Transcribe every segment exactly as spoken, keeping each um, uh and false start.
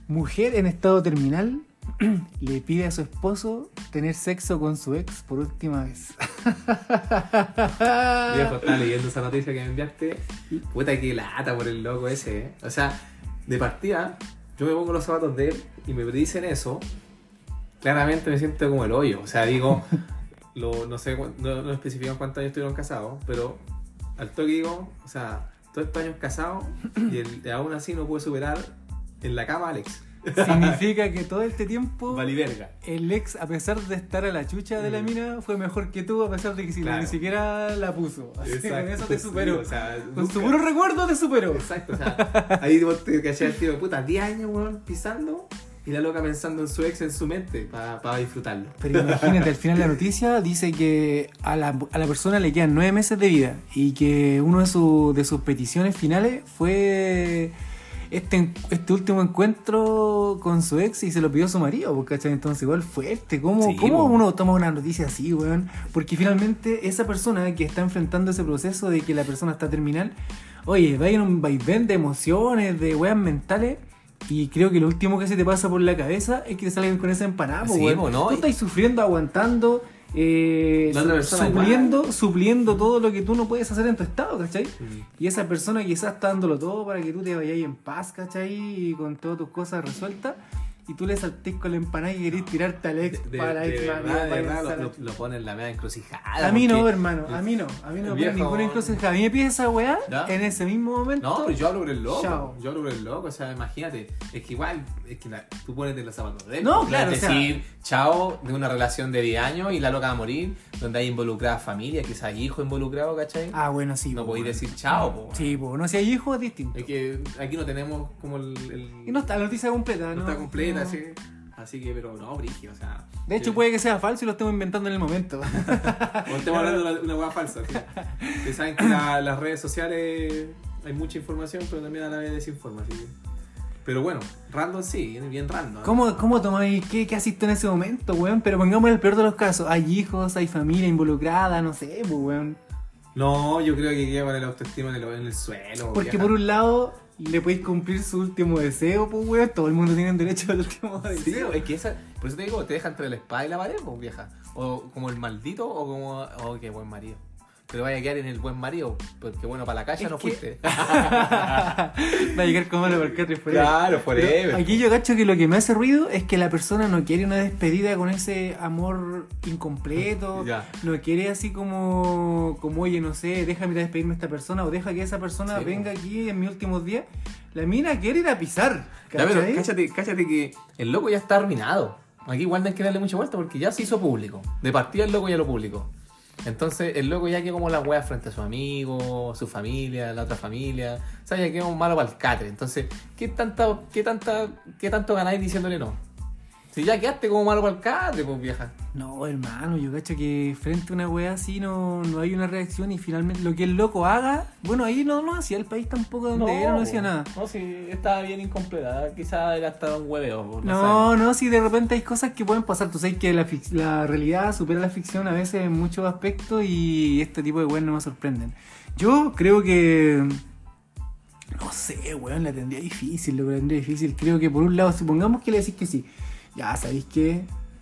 Mujer en estado terminal le pide a su esposo tener sexo con su ex por última vez. Viejo, estaba leyendo esa noticia que me enviaste. Puta, que lata por el loco ese, ¿eh? O sea, de partida, yo me pongo los zapatos de él y me dicen eso. Claramente me siento como el hoyo. O sea, digo, lo, no sé, no, no especifican cuántos años estuvieron casados, pero al toque digo, o sea, todos estos años casados y el, aún así no pude superar en la cama al ex. Significa que todo este tiempo Valiverga. el ex, a pesar de estar a la chucha de la mina, fue mejor que tú, a pesar de que si Claro. ni siquiera la puso. Así que con eso te Sí, superó. o sea, Con nunca- su puro recuerdo te superó. Exacto, o sea, ahí vos te caché al tío de puta, diez años, weón, pisando y la loca pensando en su ex en su mente para pa disfrutarlo. Pero imagínate, al final la noticia dice que a la, a la persona le quedan nueve meses de vida y que uno de, su, de sus peticiones finales fue este, este último encuentro con su ex y se lo pidió a su marido, pues, ¿cachai? Entonces igual fuerte. ¿Cómo, Sí, ¿cómo po. uno toma una noticia así, weón? Porque finalmente esa persona que está enfrentando ese proceso de que la persona está terminal, oye, va en un vaivén de emociones, de weas mentales. Y creo que lo último que se te pasa por la cabeza es que te salgan con esa empanada, po, Sí, weón. po, ¿no? Tú estás sufriendo, aguantando, eh, La otra persona supliendo, supliendo todo lo que tú no puedes hacer en tu estado, ¿cachai? Mm. Y esa persona quizás está dándolo todo para que tú te vayas en paz, ¿cachai? Y con todas tus cosas resueltas. Y tú le saltés con la empanada y querés tirarte al ex De, para de ex, verdad, para de ex, verdad, para lo, ex. lo, lo pone en la media encrucijada. A mí no, porque- hermano, a mí no. A mí no me Viejo- pone ninguna encrucijada. A mí me pide esa weá ¿Ya? en ese mismo momento. No, pero yo hablo por el loco. Chao. Yo hablo por el loco, o sea, imagínate. Es que igual, es que la- tú pones en los zapatos de él. No, pues, claro, es o sea- decir, chao de una relación de diez años y la loca va a morir, donde hay involucrada familia, quizás hay hijos involucrados, ¿cachai? Ah, bueno, sí. no po, podéis weón. decir chao, po. Sí, pues, no, si hay hijos es distinto. Es que aquí no tenemos como el. el- Y no está la noticia completa, no ¿no? está completa, No. así. Así que, pero no, brigio, o sea. De hecho, eh, puede que sea falso y lo estemos inventando en el momento. O estamos hablando de una, una hueá falsa. ¿Sí? Que saben que la- las redes sociales hay mucha información, pero también a la vez desinforma. ¿Sí? Pero bueno, random sí, bien random. ¿eh? ¿Cómo, cómo tomáis? ¿Qué, qué hiciste en ese momento, weón? Pero pongamos el peor de los casos. Hay hijos, hay familia involucrada, no sé, pues, weón. No, yo creo que queda con el autoestima en el, en el suelo. Porque vieja. por un lado le podéis cumplir su último deseo, pues, weón. Todo el mundo tiene derecho al último Sí, deseo. es que esa. Por eso te digo, te deja entre la espada y la pared, pues, vieja. O como el maldito, o como. Oh, qué buen marido. Pero vaya a quedar en el buen marido, porque bueno, para la calle Es no que- fuiste. Va a llegar como la Parcatri forever. Claro, forever. Pero aquí yo cacho que lo que me hace ruido es que la persona no quiere una despedida con ese amor incompleto. Ya. No quiere así como, como, oye, no sé, déjame ir a despedirme de esta persona o deja que esa persona Sí, venga po. aquí en mis últimos días. La mina quiere ir a pisar. Ya, pero ¿cachai? cállate, cállate que el loco ya está arruinado. Aquí igual no hay que darle mucha vuelta porque ya se hizo público. De partida el loco ya lo publicó. Entonces el loco ya quedó como la wea frente a sus amigos, su familia, la otra familia. O sea, ya quedó malo para el catre. Entonces, ¿qué tanta, qué tanta, qué tanto ganáis diciéndole no? Si ya quedaste como malo para el catre, pues vieja. No, hermano, yo cacho que frente a una wea así no, no hay una reacción y finalmente lo que el loco haga, bueno, ahí no, no hacía el país tampoco donde era, no hacía nada. No, sí, estaba bien incompleta. Quizás era hasta un hueveo. No, no, si de repente hay cosas que pueden pasar. Tú sabes que la, fic- la realidad supera la ficción a veces en muchos aspectos y este tipo de weas no me sorprenden. Yo creo que... No sé, weón, la tendría difícil, lo tendría difícil. Creo que por un lado, supongamos que le decís que sí. Ya, ¿sabéis qué?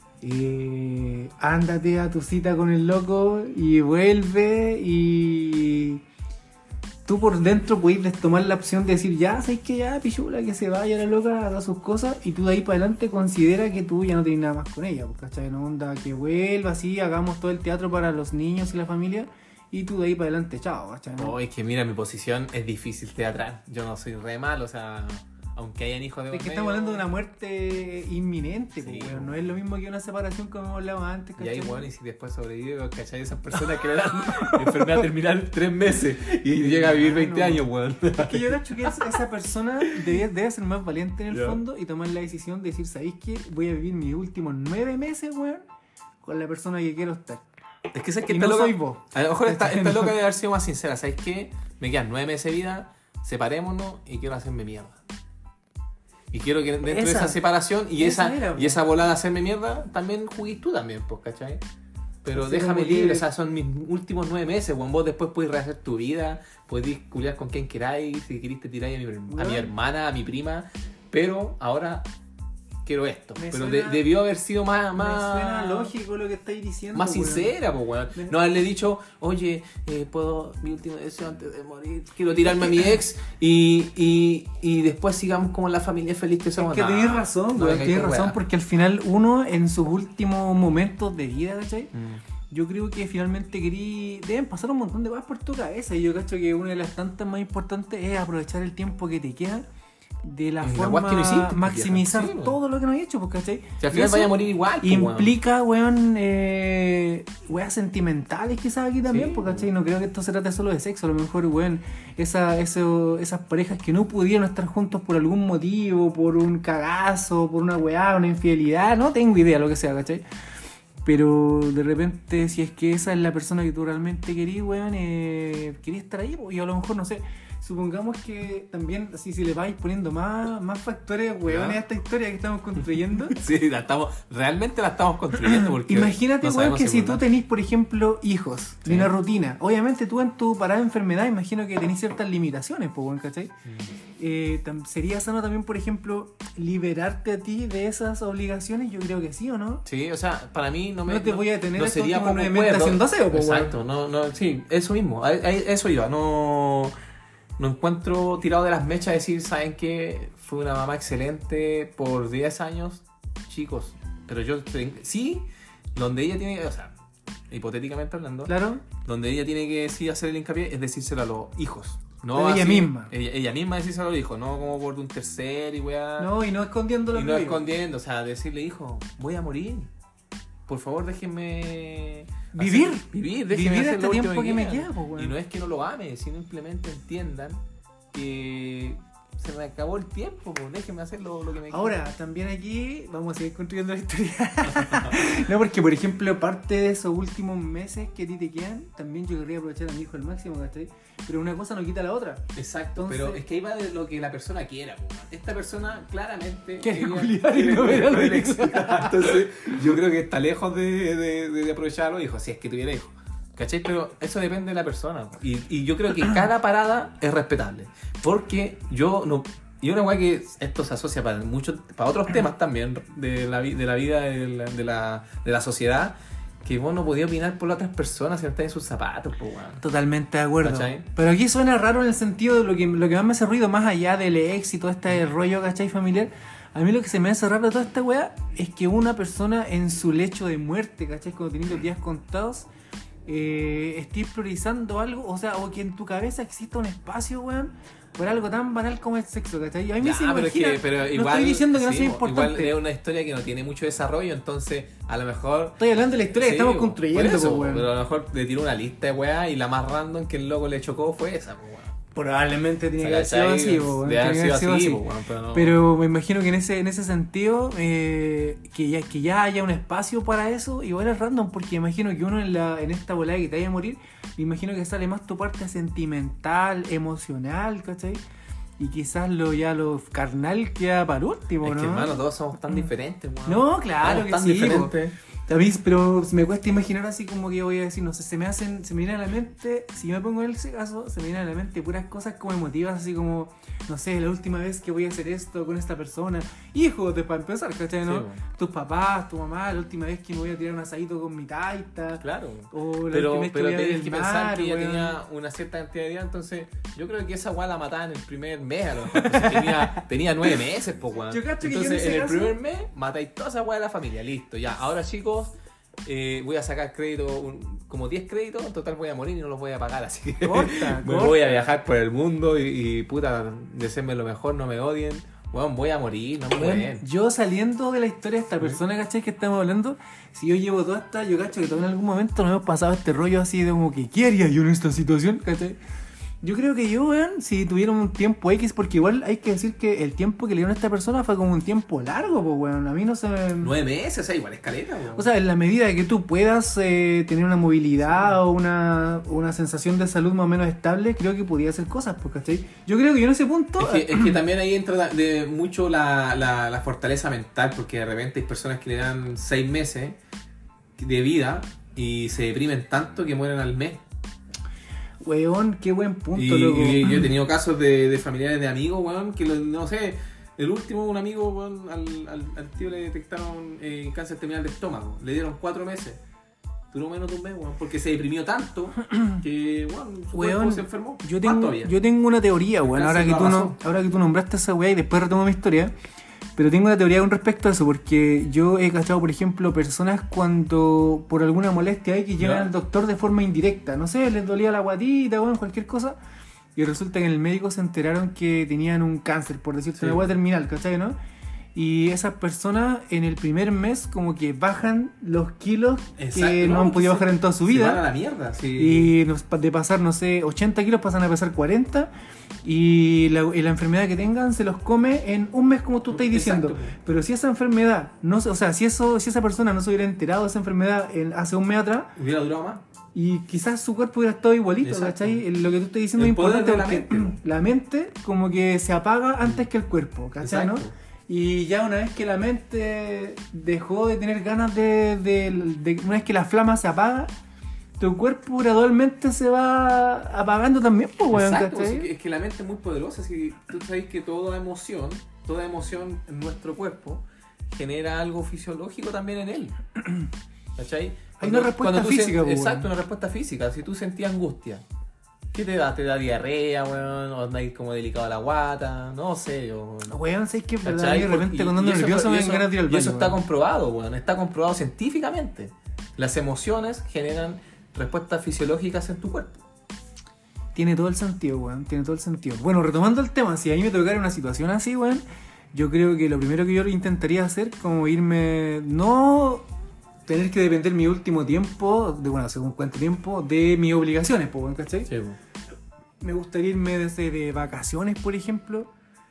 Eh, ándate a tu cita con el loco y vuelve y... Tú por dentro puedes tomar la opción de decir, ya, ¿sabes qué? Ya, pichula, que se vaya la loca, haga sus cosas, y tú de ahí para adelante considera que tú ya no tienes nada más con ella, pues, ¿cachai? No onda, que vuelva así, hagamos todo el teatro para los niños y la familia, y tú de ahí para adelante, chao, ¿cachai? ¿no? Oh, es que mira, mi posición es difícil teatral. Yo no soy re mal, o sea, aunque hayan hijos de Es por que medio, estamos hablando de una muerte inminente, Sí, pues, weón. pues. No es lo mismo que una separación como hemos hablado antes, Y ahí, ¿cachai? bueno, y si después sobrevive, ¿cachai? Esas personas que le dan enfermedad terminal tres meses y llega a vivir veinte no. años, weón. Es que yo creo que es- esa persona debe, debe ser más valiente en el Ya. fondo y tomar la decisión de decir, ¿sabéis qué? Voy a vivir mis últimos nueve meses, weón, con la persona que quiero estar. Es que sabes que Y esta no loca. soy vos. A lo mejor esta, esta No. loca debe haber sido más sincera. ¿Sabes qué? Me quedan nueve meses de vida, separémonos y quiero hacerme mierda. Y quiero que dentro de Esa- esa separación y esa esa, era, y po. esa volada de hacerme mierda, también juguís tú también, pues, ¿cachai? Pero Sí, déjame como que- libre, o sea, son mis últimos nueve meses, weón. Vos después podés rehacer tu vida, podés culiar con quien queráis, si querís te tiráis a mi, a mi Bueno. hermana, a mi prima, pero ahora quiero esto. Me Pero suena- de- debió haber sido más... más Me suena lógico lo que estáis diciendo. Más weón. sincera, pues, weón. Me- No haberle dicho, oye, eh, puedo, mi último deseo antes de morir, quiero tirarme a mi ex y, y, y después sigamos como la familia feliz que somos. Es que No, tenés razón, no weón, vengáis tenés con razón, weá. porque al final uno en sus últimos momentos de vida, ¿cachai? Mm. Yo creo que finalmente querí... Deben pasar un montón de cosas por tu cabeza y yo cacho que una de las tantas más importantes es aprovechar el tiempo que te queda de la En la forma weá que no hiciste, pues, maximizar vieja. Sí, todo lo que no has hecho, pues, ¿cachai? Si al Y final eso vaya a morir igual, pues, weón. implica, weón, eh, weas sentimentales quizás aquí también, Sí, porque ¿cachai? No creo que esto se trate solo de sexo, a lo mejor, weón, esa, eso, esas parejas que no pudieron estar juntos por algún motivo, por un cagazo, por una weá, una infidelidad, no tengo idea, lo que sea, ¿cachai? Pero de repente, si es que esa es la persona que tú realmente querías, weón, eh, querías estar ahí, pues, y a lo mejor, no sé, supongamos que también, así si le vais poniendo más, más factores, weón, Ya. a esta historia que estamos construyendo. Sí, la estamos, realmente la estamos construyendo porque Imagínate, no weón, sabemos que si es tú verdad. tenés, por ejemplo, hijos de Sí. una rutina, obviamente tú en tu parada de enfermedad, imagino que tenés ciertas limitaciones, pues, weón, ¿cachai? Eh, tam- ¿Sería sano también, por ejemplo, liberarte a ti de esas obligaciones? Yo creo que sí, ¿o no? Sí, o sea, para mí no me... No te voy a tener no estos sería últimos poco nueve meses cuerdo. haciendo aseo, pues, weón. Exacto, no, no, sí, eso mismo, a- a- eso iba, no... No encuentro tirado de las mechas decir, ¿saben qué? Fue una mamá excelente por diez años, chicos. Pero yo, sí, donde ella tiene, o sea, hipotéticamente hablando, Claro. donde ella tiene que sí hacer el hincapié es decírselo a los hijos. No Pero ella así- misma. Ella, ella misma decírselo a los hijos, no como por un tercer y weá. No, y no escondiendo lo y que no digo. escondiendo, o sea, decirle, hijo, voy a morir. Por favor, déjenme... Vivir. hacer- vivir, déjenme Vivir hacer este lo último tiempo que me quieran. queda, pues, weón. Y no es que no lo ame, sino simplemente entiendan que se me acabó el tiempo, pues, déjenme hacer lo, lo que me queda. Ahora, también aquí vamos a seguir construyendo la historia. No, porque por ejemplo, parte de esos últimos meses que a ti te quedan, también yo querría aprovechar a mi hijo al máximo, ¿cachai? Pero una cosa no quita la otra. Exacto, Entonces- pero es que ahí va de lo que la persona quiera. Po. Esta persona claramente Quiere quería- culiar y quiere no ver a los culiar, hijos. entonces yo creo que está lejos de, de, de- de aprovechar a los hijos, si es que tuviera hijos. ¿Cachai? Pero eso depende de la persona. Y, y yo creo que cada parada es respetable. Porque yo no... Y una weá que esto se asocia para muchos, para otros temas también de la, vi- de la vida de la, de, la, de la sociedad, que vos no podías opinar por las otras personas si no estás en sus zapatos, pues weón. Totalmente de acuerdo. ¿Cachai? Pero aquí suena raro en el sentido de lo que, lo que más me hace ruido, más allá del éxito, este rollo, ¿cachai? Familiar. A mí lo que se me hace raro de toda esta weá es que una persona en su lecho de muerte, ¿cachai? Cuando tenés los días contados, eh, estés priorizando algo, o sea, o que en tu cabeza exista un espacio, weón, por algo tan banal como el sexo, ¿cachai? A mí Ya, se me pero es imagina, que, pero no igual, estoy diciendo que no sí, sea po, importante. Igual es una historia que no tiene mucho desarrollo, entonces a lo mejor... Estoy hablando de la historia Sí, que estamos po, construyendo, por eso, po, weón. pero a lo mejor le tiró una lista de weas y la más random que el loco le chocó fue esa, po, weón. Probablemente tiene O que haber sea, sido así, po, weón, debe haber tiene que sido haber así, sido po, weón, pero no- Pero me imagino que en ese, en ese sentido, eh, que, ya, que ya haya un espacio para eso, igual es random, porque imagino que uno en, la, en esta volada que te vaya a morir, me imagino que sale más tu parte sentimental, emocional, ¿cachai? Y quizás lo ya lo carnal queda para último, Es ¿no? que, hermano, todos somos tan diferentes, weón. No, claro Somos que tan sí, diferentes. A mí, pero me cuesta imaginar así como que voy a decir, no sé, se me hacen, se me vienen a la mente, si yo me pongo en ese caso, se me vienen a la mente puras cosas como emotivas, así como, no sé, la última vez que voy a hacer esto con esta persona, hijos, de para empezar, ¿cachai? ¿No? Sí, bueno. Tus papás, tu mamá, la última vez que me voy a tirar un asadito con mi taita, Claro. o la Pero, última vez que pero voy a ver tenés el que pensar mar, que ella weón. tenía una cierta cantidad de días, entonces yo creo que esa weá la mataba en el primer mes, a lo mejor. Entonces, tenía, tenía nueve meses, pues weón. Yo cacho que yo en Entonces, ese en el caso- primer mes matáis toda esa weá de la familia, listo, ya. Ahora, chicos, eh, voy a sacar crédito, un- como diez créditos, en total voy a morir y no los voy a pagar, así que Corta, me corta. voy a viajar por el mundo y, y puta, deseenme lo mejor, no me odien. Weón, voy a morir, no me Bueno, odien. yo saliendo de la historia de esta persona, ¿cachai? Que estamos hablando, si yo llevo toda esta, yo cacho que todavía en algún momento nos hemos pasado este rollo así de como que, ¿qué haría yo en esta situación? ¿Cachai? Yo creo que yo, weón, si tuviera un tiempo X, porque igual hay que decir que el tiempo que le dieron a esta persona fue como un tiempo largo, pues, weón. A mí no se me... Nueve meses, o sea, igual escaleta, weón. O sea, en la medida de que tú puedas eh, tener una movilidad o una, una sensación de salud más o menos estable, creo que podía hacer cosas, pues, ¿cachai? Yo creo que yo en ese punto... Es que, es que también ahí entra de mucho la, la, la fortaleza mental, porque de repente hay personas que le dan seis meses de vida y se deprimen tanto que mueren al mes. Weón, qué buen punto, Y, loco. y yo he tenido casos de, de familiares de amigos, weón, que lo- no sé, El último, un amigo, weón, al, al, al tío le detectaron eh, cáncer terminal de estómago. Le dieron cuatro meses. Duró menos de un mes, weón, porque se deprimió tanto que, weón, su Weón, cuerpo se enfermó. Yo Más tengo, todavía. yo tengo una teoría, weón, ahora Cáncer que, no tú no, pasó. ahora que tú nombraste esa weá y después retomo mi historia. Pero tengo una teoría con respecto a eso, porque yo he cachado, por ejemplo, personas cuando por alguna molestia hay que llegan ¿Ya? al doctor de forma indirecta. No sé, les dolía la guatita, weón, cualquier cosa. Y resulta que en el médico se enteraron que tenían un cáncer, por decirte, Sí. una weá terminal, ¿cachai, no? Y esas personas en el primer mes como que bajan los kilos Exacto, que no, no, han que podido se- bajar en toda su Se vida. van a la mierda, sí. Y nos- de pasar, no sé, ochenta kilos pasan a pesar cuarenta. Y la, y la enfermedad que tengan se los come en un mes, como tú estás diciendo. Exacto. Pero si esa enfermedad, no, se- o sea, si eso si esa persona no se hubiera enterado de esa enfermedad en- hace un mes atrás, ¿Hubiera durado más? y quizás su cuerpo hubiera estado igualito, Exacto. ¿cachai? Lo que tú estás diciendo El es poder importante de la porque mente. la mente como que se apaga antes que el cuerpo, ¿cachai? ¿no? Exacto. Y ya una vez que la mente dejó de tener ganas de, de, de- una vez que la flama se apaga, tu cuerpo gradualmente se va apagando también, pues, weón, Exacto, ¿cachai? es que, es que la mente es muy poderosa. Si tú sabes que toda emoción, toda emoción en nuestro cuerpo genera algo fisiológico también en él. ¿Cachai? Hay una respuesta tú física, sent- pues, Exacto, weón. una respuesta física. Si tú sentías angustia, ¿qué te da? ¿Te da diarrea, weón? ¿O andáis como delicado a la guata? No sé, yo. Weón, ¿sabes qué? ¿Cachai? Verdad, de repente Y- cuando y ando eso- nervioso y me eso- dan ganas de ir al Y baño. eso está weón. comprobado, weón. Está comprobado científicamente. Las emociones generan respuestas fisiológicas en tu cuerpo. Tiene todo el sentido, weón. Tiene todo el sentido. Bueno, retomando el tema, si a mí me tocara una situación así, weón, yo creo que lo primero que yo intentaría hacer, como irme. No tener que depender mi último tiempo, de bueno, según cuánto tiempo, de mis obligaciones, pues, weón, ¿cachai? Me gustaría irme desde de vacaciones, por ejemplo,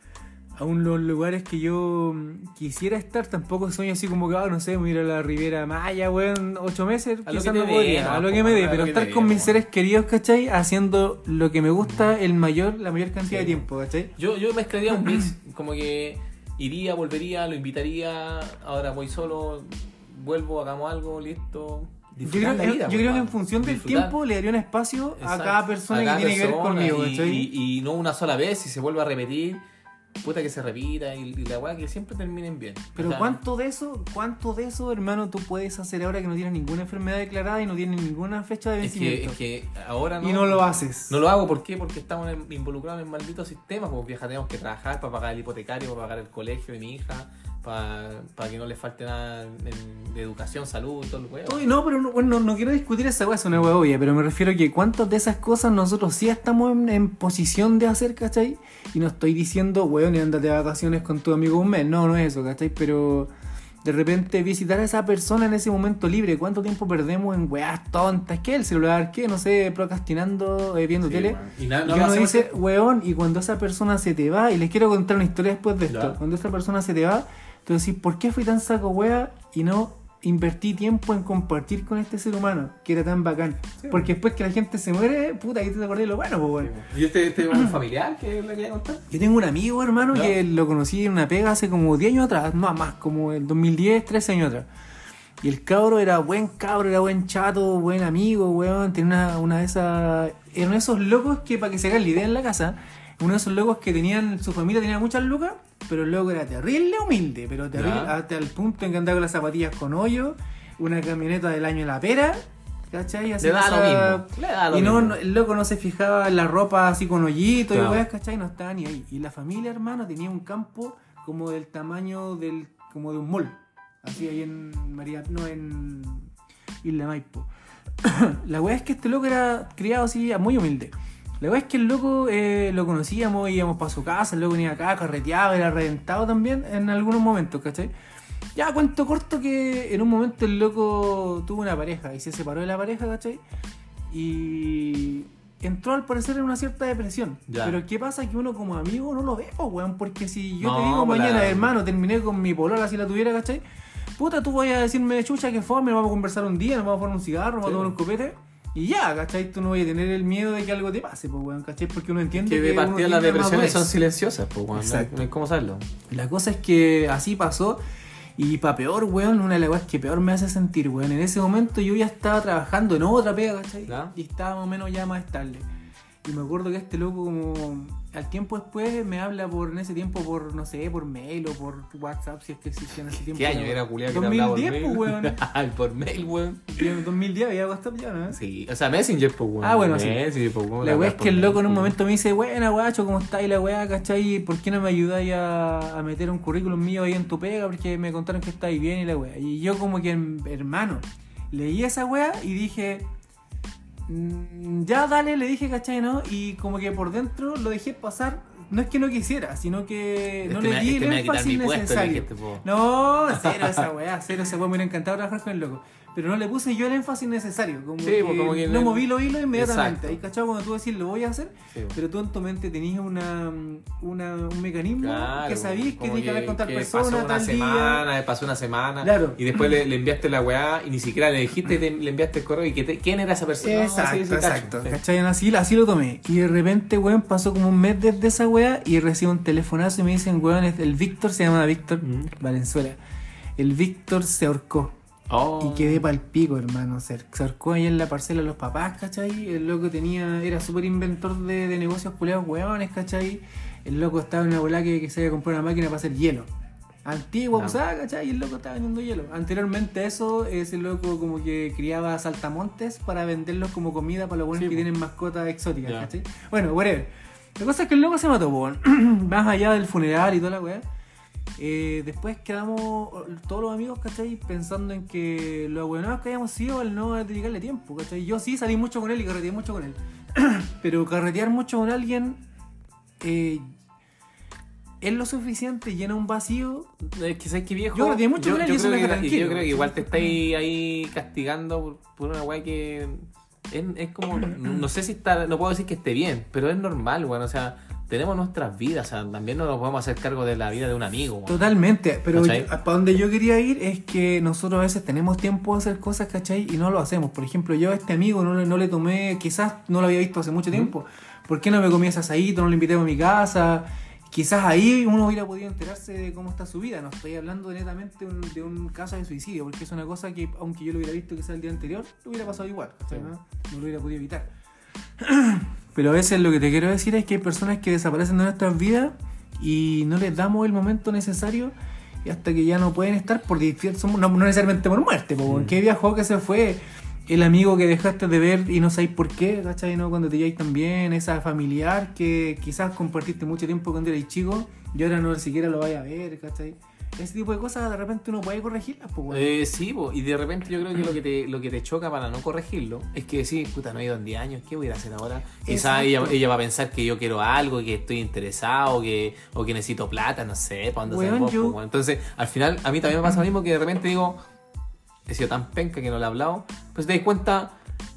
a un los lugares que yo mm, quisiera estar. Tampoco sueño así como que, ah, no sé, me voy a ir a la Riviera Maya, weón, ocho meses, A lo quizás que te no podría, dé, a no, lo que po, me dé, a lo pero que estar te con dé, mis po. seres queridos, ¿cachai? Haciendo lo que me gusta el mayor, la mayor cantidad de Sí. tiempo, ¿cachai? Yo, yo mezclaría un mix, como que iría, volvería, lo invitaría, ahora voy solo, vuelvo, hagamos algo, listo. Yo Disfrutar creo, la vida, yo pues, creo que en hermano. función del Disfrutar. tiempo le daría un espacio a Exacto. cada persona A que cada tiene que ver persona, conmigo, y, ¿cachai? y, y no una sola vez, si se vuelve a repetir, puta que se repita y, y la weá que siempre terminen bien. Pero O sea, ¿cuánto de eso, cuánto de eso, hermano, tú puedes hacer ahora que no tienes ninguna enfermedad declarada y no tienes ninguna fecha de es que, vencimiento? es que ahora no. Y no lo haces. No lo hago, ¿por qué? Porque estamos en- involucrados en malditos sistemas, pues vieja, tenemos que trabajar para pagar el hipotecario, para pagar el colegio de mi hija, para, para que no le falte nada en, de educación, salud, todo el huevo. Uy, no, pero no, bueno, no, no quiero discutir esa weá, es una weá obvia, pero me refiero a que cuántas de esas cosas nosotros sí estamos en, en posición de hacer, ¿cachai? Y no estoy diciendo, weón, ándate de vacaciones con tu amigo un mes, no, no es eso, ¿cachai? Pero de repente visitar a esa persona en ese momento libre, ¿cuánto tiempo perdemos en weas tontas? ¿Qué? ¿El celular? ¿Qué? No sé, procrastinando, eh, viendo Sí, tele. weón. Y na- Y no uno lo hacemos dice, tiempo. weón, y cuando esa persona se te va, y les quiero contar una historia después de esto, Ya. cuando esa persona se te va, tú decís, ¿por qué fui tan saco wea y no invertí tiempo en compartir con este ser humano que era tan bacán? Sí, Porque después que la gente se muere, puta, ahí te acordás de lo bueno, pues weón. ¿Y este, este es un familiar que le quería contar? Yo tengo un amigo, hermano, ¿Ya? que lo conocí en una pega hace como diez años atrás, no más, como el dos mil diez, trece años atrás. Y el cabro era buen cabro, era buen chato, buen amigo, weón. Tenía una, una de esas. Eran esos locos que, para que se hagan la idea en la casa, uno de esos locos que tenían, su familia tenía muchas lucas, pero el loco era terrible humilde, pero terrible, Ya. hasta el punto en que andaba con las zapatillas con hoyo, una camioneta del año de la pera, ¿cachai? Así Le da esa- lo mismo. Le da lo y no, mismo. no, el loco no se fijaba en la ropa así con hoyitos Claro. y weas, ¿cachai? No estaba ni ahí. Y la familia, hermano, tenía un campo como del tamaño del, como de un mall. Así ahí en María, no, en Isla Maipo. La wea es que este loco era criado así, muy humilde. La wea es que el loco eh, lo conocíamos, íbamos para su casa, el loco venía acá, carreteaba, era reventado también en algunos momentos, ¿cachai? Ya, cuento corto que en un momento el loco tuvo una pareja y se separó de la pareja, ¿cachai? Y entró al parecer en una cierta depresión. Ya. Pero ¿qué pasa? Que uno como amigo no lo ve, po, weón. Porque si yo No, te digo pues mañana, la- hermano, terminé con mi polola si la tuviera, ¿cachai? Puta, tú vas a decirme, chucha, que fome, vamos a conversar un día, nos vamos a fumar un cigarro, vamos Sí. a tomar un copete. Y ya, ¿cachai? Tú no vas a tener el miedo de que algo te pase, pues, weón, ¿cachai? Porque uno entiende Que que, de uno partida las tiene depresiones son madurez. silenciosas, pues, weón. No hay- Exacto. no hay cómo saberlo. La cosa es que así pasó. Y pa' peor, weón, una de las cosas que peor me hace sentir, weón. En ese momento yo ya estaba trabajando en otra pega, ¿cachai? ¿Ya? Y estaba más o menos ya más estable. Y me acuerdo que este loco como al tiempo después me habla por en ese tiempo por, no sé, por mail o por WhatsApp, si es que existía en ese tiempo. ¿Qué año era, culiao, que te dos mil hablaba por diez, mail? pues, weón. Ay, por mail, weón. En dos mil diez había WhatsApp ya, ¿no? Sí, o sea, Messenger, pues, weón. Ah, bueno, sí. Messenger, pues, ¿cómo La te weá hablas es por que el mail, loco en un weón? momento me dice, buena guacho, ¿cómo estáis la weá, cachai? ¿Por qué no me ayudáis a, a meter un currículum mío ahí en tu pega? Porque me contaron que estáis bien y la weá. Y yo como que, hermano, leí esa weá y dije, mm, ya dale, le dije, cachai, ¿no? Y como que por dentro lo dejé pasar. No es que no quisiera, sino que no Este le me- di este el me va a quitar énfasis mi puesto, necesario. le dijiste, po. No, cero esa weá, cero esa weá, me hubiera encantado trabajar con el loco. Pero no le puse yo el énfasis necesario, como, Sí, que, pues, como que no no- moví los hilos inmediatamente. Exacto. Ahí, ¿cachai? Cuando tú decís lo voy a hacer, Sí, po. pero tú en tu mente tenías una, una, un mecanismo Claro, que sabías que como tenías que hablar con tal que persona, pasó una tal semana, día. pasó una semana, Claro. y después le, le enviaste la weá y ni siquiera le dijiste, te- le enviaste el correo y que te- quién era esa persona. Exacto, No, sí, sí, exacto. cacho. Sí. ¿Cachai? Así, así lo tomé. Y de repente, weón, pasó como un mes desde esa weá y recibo un telefonazo y me dicen, weón, el Víctor, se llama Víctor Mm. Valenzuela. El Víctor se ahorcó. Oh. Y quedé pa'l pico, hermano. Se se ahorcó ahí en la parcela de los papás, ¿cachai? El loco tenía, era súper inventor de, de negocios culeados, weones, ¿cachai? El loco estaba en una bola que, que se había comprado una máquina para hacer hielo. Antigua, No. usada, ¿cachai? Y el loco estaba vendiendo hielo. Anteriormente a eso, ese loco como que criaba saltamontes para venderlos como comida para los buenos Sí, que po. tienen mascotas exóticas, Ya. ¿cachai? Bueno, whatever. La cosa es que el loco se mató, po. Más allá del funeral y toda la weá. Eh, después quedamos todos los amigos, ¿cachai? Pensando en que los abuelos que habíamos sido al no dedicarle tiempo, ¿cachai? Yo sí salí mucho con él y carreteé mucho con él. Pero carretear mucho con alguien eh, es lo suficiente, llena un vacío. Es que sabes que viejo. Yo creo que mucho con él y eso creo me deja que, tranquilo. yo creo que igual te estáis ahí castigando por, por una weá que es, es como. No sé si está. No puedo decir que esté bien, pero es normal, weón. O sea, tenemos nuestras vidas. O sea, también no nos podemos hacer cargo de la vida de un amigo, weón. Totalmente, pero ¿Cachai? para donde yo quería ir es que nosotros a veces tenemos tiempo de hacer cosas, ¿cachai? Y no lo hacemos. Por ejemplo, yo a este amigo no le, no le tomé, quizás no lo había visto hace mucho tiempo. ¿Por qué no me comí ese asadito? No lo invité a mi casa. Quizás ahí uno hubiera podido enterarse de cómo está su vida. No estoy hablando netamente de un, de un caso de suicidio, porque es una cosa que, aunque yo lo hubiera visto quizás el día anterior, lo hubiera pasado igual, ¿cachai? ¿No? No lo hubiera podido evitar. Pero a veces lo que te quiero decir es que hay personas que desaparecen de nuestras vidas y no les damos el momento necesario y hasta que ya no pueden estar por difícil, no, no necesariamente por muerte, po, Mm. ¿qué viajó que se fue? El amigo que dejaste de ver y no sabéis por qué, ¿cachai? ¿No? Cuando te lleváis también, esa familiar que quizás compartiste mucho tiempo cuando erais chico y ahora no siquiera lo vais a ver, ¿cachai? Ese tipo de cosas de repente uno puede corregirlas, pues, bueno. Eh, sí, po, y de repente yo creo que lo que te lo que te choca para no corregirlo es que decís, puta, no he ido en diez años, ¿qué voy a ir a hacer ahora? Quizás ella, Exacto. ella va a pensar que yo quiero algo, que estoy interesado, que, o que necesito plata, no sé, para dónde Weón, hacer vos, yo- po, weón. Entonces, al final, a mí también me pasa lo mismo que de repente digo, he sido tan penca que no le he hablado, pues te das cuenta,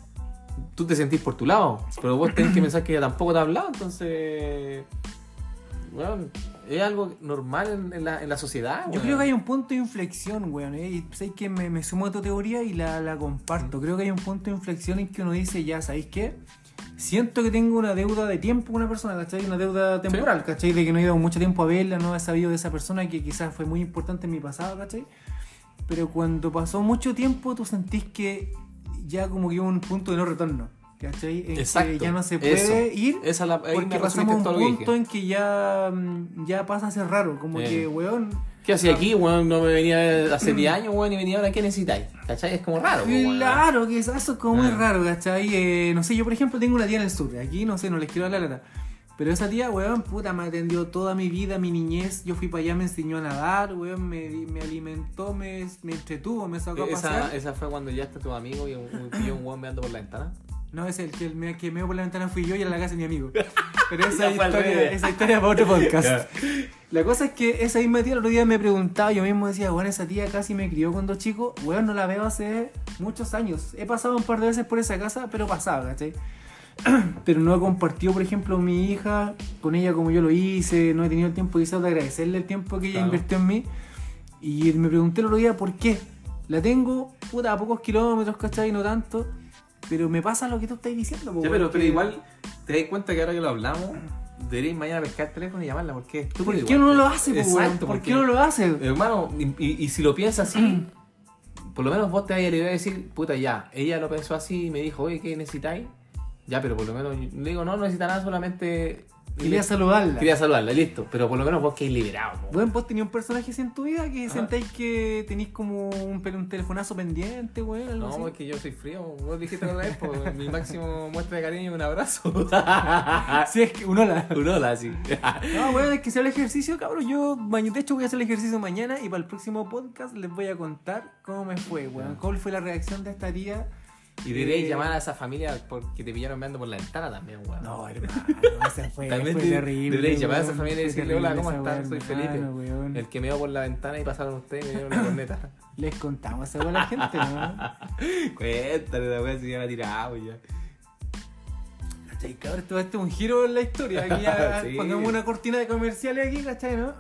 tú te sentís por tu lado, pero vos tenés que pensar que ella tampoco te ha hablado, entonces, bueno, es algo normal en, en la, en la sociedad. Yo weón. creo que hay un punto de inflexión, weón, ¿eh? Y sé que me, me sumo a tu teoría y la, la comparto. Creo que hay un punto de inflexión en que uno dice, ya, ¿sabéis qué? Siento que tengo una deuda de tiempo con una persona, ¿cachai? Una deuda temporal, ¿cachai? De que no he ido mucho tiempo a verla, no he sabido de esa persona que quizás fue muy importante en mi pasado, ¿cachai? Pero cuando pasó mucho tiempo, tú sentís que ya como que hubo un punto de no retorno, ¿cachai? En Exacto, que ya no se puede eso. ir. Esa la, ahí Porque me pasamos resumiste a un todo lo que punto dije. en que ya, mm, ya pasa a ser raro, como Eh. que, weón. ¿Qué hacía aquí, weón? No me venía hace diez años, weón, y venía ahora, ¿qué necesitáis? ¿Cachai? Es como raro, weón. Claro, que eso es como muy Ah. raro, ¿cachai? Eh, no sé, yo por ejemplo tengo una tía en el sur, aquí no sé, no les quiero dar la lata. Pero esa tía, weón, puta, me atendió toda mi vida, mi niñez. Yo fui para allá, me enseñó a nadar, weón, me, me alimentó, me, me entretuvo, me sacó a Esa, pasear. esa fue cuando ya está tu amigo y un, un, y un weón mirando por la ventana. No, ese el que, el me- que me por la ventana fui yo y en la casa de mi amigo. Pero esa Ya fue al historia, revés. esa historia para otro podcast. Ya. La cosa es que esa misma tía el otro día me preguntaba, yo mismo decía, bueno, esa tía casi me crió cuando chico, weón, no la veo hace muchos años. He pasado un par de veces por esa casa, pero pasaba, ¿cachai? Pero no he compartido, por ejemplo, mi hija con ella como yo lo hice, no he tenido el tiempo quizás de agradecerle el tiempo que ella Claro. invirtió en mí. Y me pregunté el otro día por qué. La tengo, puta, a pocos kilómetros, ¿cachai? No tanto. Pero me pasa lo que tú estás diciendo, po, Ya, weón, pero, pero que- igual, te das cuenta que ahora que lo hablamos, deberíais mañana pescar el teléfono y llamarla, porque es ¿Por estúpido qué igual. uno no lo hace, po, weón? Exacto, ¿Por porque- qué no lo hace? Hermano, y, y- y si lo piensas así, por lo menos vos te vayas a la idea de decir, puta, ya, ella lo pensó así y me dijo, oye, ¿qué necesitáis? Ya, pero por lo menos, yo digo, no, no necesita nada, solamente... Quería saludarla. Quería saludarla, listo. Pero por lo menos vos quedás liberado. Po. Bueno, vos tenías un personaje así en tu vida que Ajá. sentáis que tenéis como un, pel- un telefonazo pendiente, weón, algo así. No, es que yo soy frío. Vos dijiste la otra vez, pues, mi máximo muestra de cariño es un abrazo. Sí, es que uno la... Un hola, sí. No, bueno, es que sea el ejercicio, cabrón. Yo, ma- de hecho, voy a hacer el ejercicio mañana y para el próximo podcast les voy a contar cómo me fue, weón. ¿Cuál fue la reacción de esta tía? Y deberíais Eh, llamar a esa familia porque te pillaron mirando por la ventana también, weón. No, hermano, esa fue, También fue te- terrible. deberíais llamar a esa weón, familia y fue decirle, hola, terrible ¿cómo esa estás? weá, Soy Felipe. hermano, weón. El que me veo por la ventana y pasaron ustedes y me dieron una corneta. Les contamos esa weá a la gente, ¿no? Cuéntale la weá si ya la tirado ya. ¿Cachai, cabrón? Todo esto es un giro en la historia. Aquí ya Sí. pongamos una cortina de comerciales aquí, ¿cachai, no?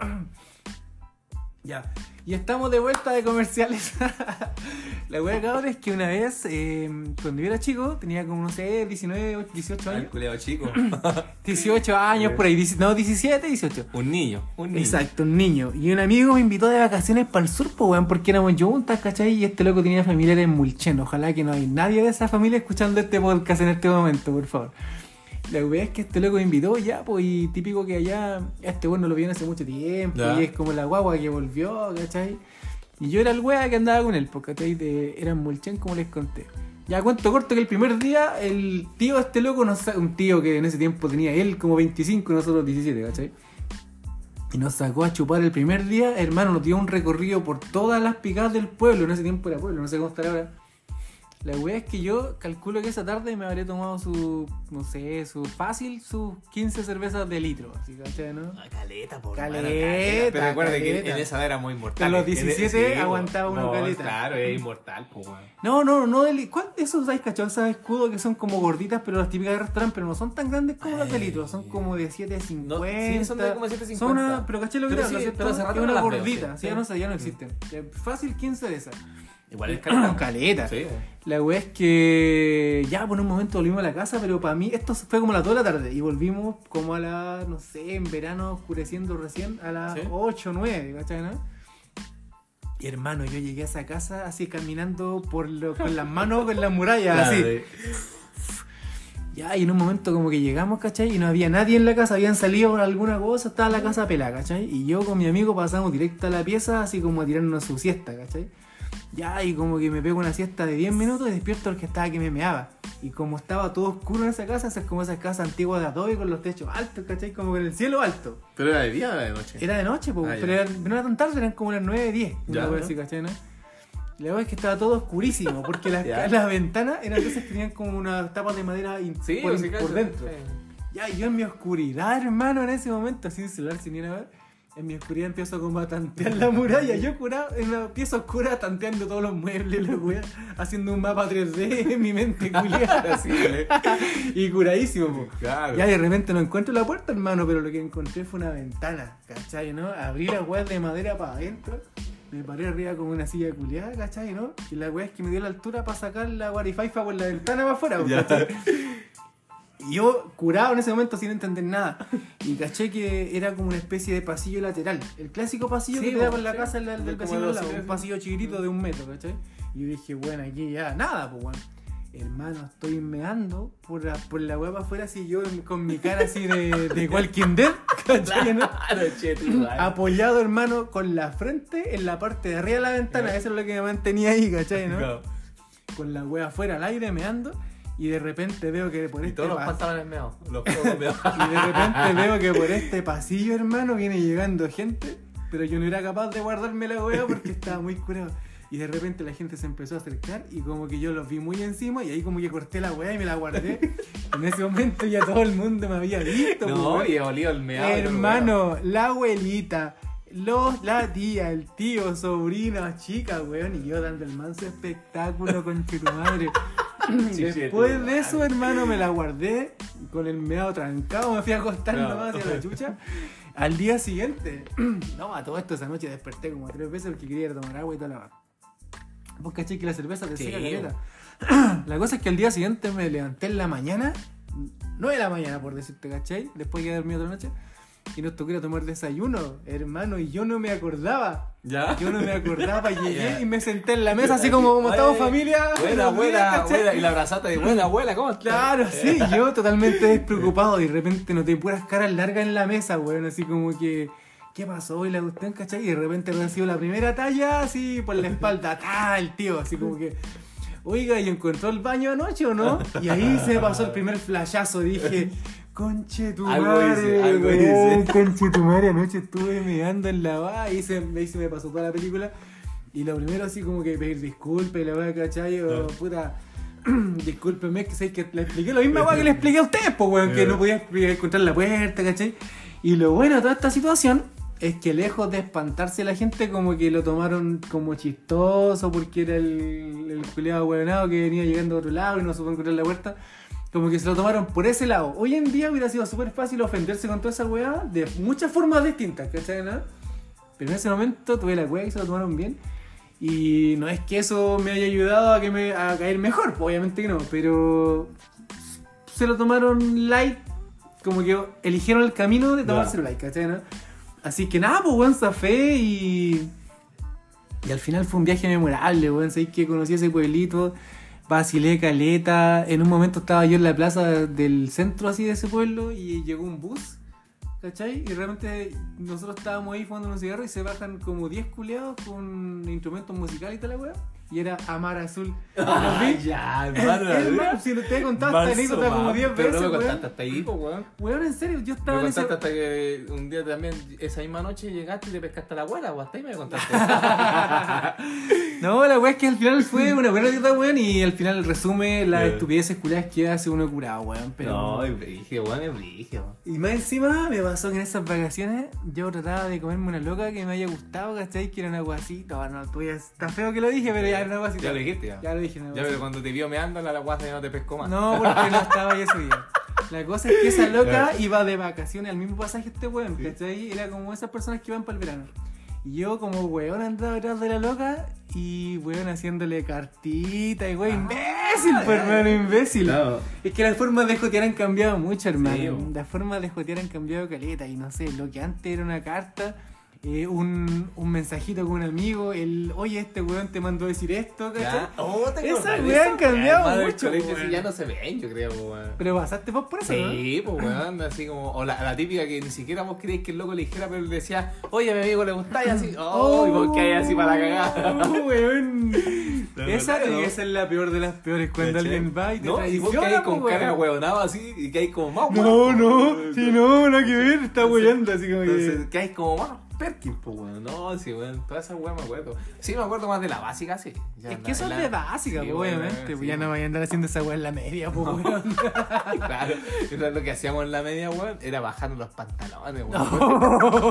Ya. Y estamos de vuelta de comerciales. La wea, cabrón, es que una vez, eh, cuando yo era chico, tenía como, no sé, diecinueve, dieciocho El años. culeado chico. dieciocho años, por ahí, dieci- no, diecisiete, dieciocho. Un niño, un niño. Exacto, un niño. Y un amigo me invitó de vacaciones para el sur, pues, weón, porque éramos juntas, ¿cachai? Y este loco tenía familiares en Mulchen. Ojalá que no hay nadie de esa familia escuchando este podcast en este momento, por favor. La wea es que este loco me invitó ya, pues, y típico que allá, este bueno lo vieron hace mucho tiempo, Ya. y es como la guagua que volvió, ¿cachai? Y yo era el wea que andaba con él, porque ¿cachai? De, era en Mulchen, como les conté. Ya cuento corto que el primer día, el tío de este loco, nos sa- un tío que en ese tiempo tenía él como veinticinco y nosotros diecisiete, ¿cachai? Y nos sacó a chupar el primer día, hermano, nos dio un recorrido por todas las picadas del pueblo, en ese tiempo era pueblo, no sé cómo estará ahora. La wea es que yo calculo que esa tarde me habré tomado su, no sé, su fácil, sus quince cervezas de litro, así, ¿cachai, no? Ah, caleta, por Caleta, mano, caleta. Pero recuerde que caleta. en esa edad era muy inmortal. A los En- en- diecisiete sí, aguantaba uno no, caleta. Claro, es inmortal, pues, weón. No, no, no, de li- ¿cuál de esos dais, cachai? Esos escudos que son como gorditas, pero las típicas de restaurante, pero no son tan grandes como las de litro, son como de siete cincuenta. No, sí, son de como siete cincuenta. Son una, pero caché lo que Pero era, ¿no sí, es cierto? pero hace rato Es no una las veo, gordita, sí. sí, ya no Sí. sé, ya no existen. Eh, Fácil quince de esas. Igual es caleta. Caleta. Sí, weón. La wea es que ya por un momento volvimos a la casa, pero para mí esto fue como a las dos de la tarde y volvimos como a las, no sé, en verano oscureciendo recién, a las ¿Sí? ocho, nueve, ¿cachai, no? Y hermano, yo llegué a esa casa así caminando por lo- con las manos en las murallas, Claro, así. de- Ya, y en un momento como que llegamos, ¿cachai? Y no había nadie en la casa, habían salido por alguna cosa, estaba la casa pelada, ¿cachai? Y yo con mi amigo pasamos directo a la pieza, así como a tirarnos su siesta, ¿cachai? Ya, y como que me pego una siesta de diez minutos y despierto porque estaba que me meaba. Y como estaba todo oscuro en esa casa, esas como esas casas antiguas de adobe con los techos altos, ¿cachai? Como que en el cielo alto. ¿Pero era de día o era de noche? Era de noche, pues, Ah, ya. pero era- no era tan tarde, eran como las nueve, diez, Ya, una cosa ¿no? así, ¿cachai, no? La verdad es que estaba todo oscurísimo, porque las, Ya. las ventanas eran de esas que tenían como unas tapas de madera in- Sí, por, sí, por cacho. dentro. Sí. Ya, y yo en mi oscuridad, hermano, en ese momento, sin celular, sin ni nada, en mi oscuridad empiezo como a tantear la muralla. Yo curado en una pieza oscura, tanteando todos los muebles, la wea, haciendo un mapa tres D en mi mente culiada. Así, ¿eh? Y curadísimo, po. Claro. Ya de repente no encuentro la puerta, hermano, pero lo que encontré fue una ventana, ¿cachai, no? Abrí la weá de madera para adentro, me paré arriba como una silla culiada, ¿cachai, no? Y la weá es que me dio la altura para sacar la guarifaifa por la ventana para afuera, Ya. ¿cachai? Y yo, curado en ese momento sin entender nada. Y caché que era como una especie de pasillo lateral. El clásico pasillo Sí, que te da po, por la sí. casa del, del Como vecino de al los lado. cines, Un pasillo chiquitito de un metro, ¿cachai? Y yo dije, bueno, aquí ya nada, pues bueno. Hermano, estoy meando por la, por la hueá para afuera, así yo con mi cara así de, de Walking Dead, ¿cachai, no? Claro, che, tío, vale. Apoyado, hermano, con la frente en la parte de arriba de la ventana. Eso es lo que me mantenía ahí, ¿cachai, no? Claro. Con la hueá afuera al aire, meando. Y de repente veo que por Y este todos los pas- pantalones meados. Los codos meados. y de repente veo que por este pasillo, hermano, viene llegando gente, pero yo no era capaz de guardarme la hueá porque estaba muy curado. Y de repente la gente se empezó a acercar y como que yo los vi muy encima y ahí como que corté la hueá y me la guardé. En ese momento ya todo el mundo me había visto. No, pues, y olió el meado. hermano, la abuelita, los, la tía, el tío, sobrina, chica, weón, y yo dando el manso espectáculo con tu madre. Después de eso, hermano, me la guardé con el meado trancado, me fui a acostar No. nomás hacia la chucha. Al día siguiente, no, a todo esto esa noche desperté como tres veces porque quería ir a tomar agua y toda la va. Vos caché que la cerveza te Sí. seca caleta. La cosa es que al día siguiente me levanté en la mañana, nueve de la mañana por decirte, ¿cachai? Después que he dormido otra noche. y nos tocó ir a tomar desayuno, hermano, y yo no me acordaba. ¿Ya? Yo no me acordaba, llegué Ya. y me senté en la mesa así como, como estamos Ay, familia. Buena buenos días, abuela, ¿cachai? abuela. Y la abrazaste de buena abuela, ¿cómo estás? Claro, sí, yo totalmente despreocupado y de repente noté puras caras largas en la mesa, weón, así como que, ¿qué pasó? Y la cuestión, ¿cachai? Y de repente recibo la primera talla así por la espalda, ¡tá! El tío, así como que, oiga, ¿y encontró el baño anoche o no? Y ahí se me pasó el primer flashazo, dije, conche tu Algo madre, hice, algo weón, hice. conche tu madre, anoche estuve meando en la va y se, ahí se me pasó toda la película. Y lo primero así como que pedir disculpas y la weá, ¿cachai? O, puta, discúlpeme, que sé que le expliqué lo mismo weá que le expliqué a ustedes, pues weón, que no podía encontrar la puerta, ¿cachai? Y lo bueno de toda esta situación es que lejos de espantarse la gente, como que lo tomaron como chistoso porque era el, el culiado huevonado que venía llegando a otro lado y no supo encontrar la puerta. Como que se lo tomaron por ese lado. Hoy en día hubiera sido súper fácil ofenderse con toda esa weá de muchas formas distintas, ¿cachai? ¿No? Pero en ese momento tuve la weá y se lo tomaron bien. Y no es que eso me haya ayudado a que me a caer mejor, pues, obviamente que no, pero se lo tomaron light, como que eligieron el camino de tomárselo light, ¿cachai? ¿No? Así que nada, pues weón, zafé y. Y al final fue un viaje memorable, weón. Sabéis que conocí ese pueblito, vacilé caleta. En un momento estaba yo en la plaza del centro así de ese pueblo y llegó un bus, ¿cachai? Y realmente nosotros estábamos ahí fumando unos cigarros y se bajan como diez culeados con instrumentos musicales y tal la weá. Y era Amar Azul. Ah, ¿Los vi? ya, hermano. Hermano, si te he contado esta anécdota como diez Pero veces, no me weón. contaste hasta ahí, pues, weón. Weón, en serio, yo Me estaba en ese... contaste hasta que un día también, esa misma noche llegaste y le pescaste a la abuela, o hasta ahí me contaste. No, la weá es que al final fue una buena anécdota, weón, y al final resume las Yeah. estupideces culiadas que hace uno curado, weón. Pero... No, es brígido, weón, es brígido. Y más encima me pasó que en esas vacaciones yo trataba de comerme una loca que me haya gustado, ¿cachai? Que era una guasita. No, tú ya está feo que lo dije, pero ya era una guasita. Ya lo dijiste, ya. Ya lo dije, una Ya, guasita. pero cuando te vio meando, la guasa ya no te pescó más. No, porque no estaba ahí ese día. La cosa es que esa loca iba de vacaciones al mismo pasaje este weón, Sí. ¿cachai? Era como esas personas que iban para el verano. Y yo como weón andaba detrás de la loca y weón haciéndole cartita y weón, imbécil, pues hermano, imbécil. Claro. Es que las formas de jotear han cambiado mucho, hermano. Sí, bo. Las formas de jotear han cambiado caleta y no sé, lo que antes era una carta, eh, un, un mensajito con un amigo, el oye, este weón te mandó a decir esto, ¿cachai? Ya. Oh, te Esas acordás de weas eso? han cambiado Hermano, el mucho, colegio weón. sí ya no se ven, yo creo, weón. Pero pasaste vos por eso, ¿no? Sí, pues weón, así como, o la, la típica que ni siquiera vos creéis que el loco le dijera, pero le decía, oye, a mi amigo le gustáis así, oh, y vos caes así para la cagada. Oh, weón. La Esa, verdad, ¿no? esa es la peor de las peores, cuando ¿Cachai? alguien va y te No, y vos traiciona, caes con po, cara weón. huevonado así, y caes como más No, weón, no, po, sí, no, nada que ver, está weyando así como Entonces, que... caes como más Perkins, pues weón. No, sí, weón, todas esas weas me acuerdo. Sí, me acuerdo más de la básica, sí. Ya Es en que la- eso en es la- de básica, Sí, po, weón, obviamente, sí, pues ya no weón. vaya a andar haciendo esa weá en la media, pues weón. Claro, entonces lo que hacíamos en la media, weón, era bajarnos los pantalones, weón.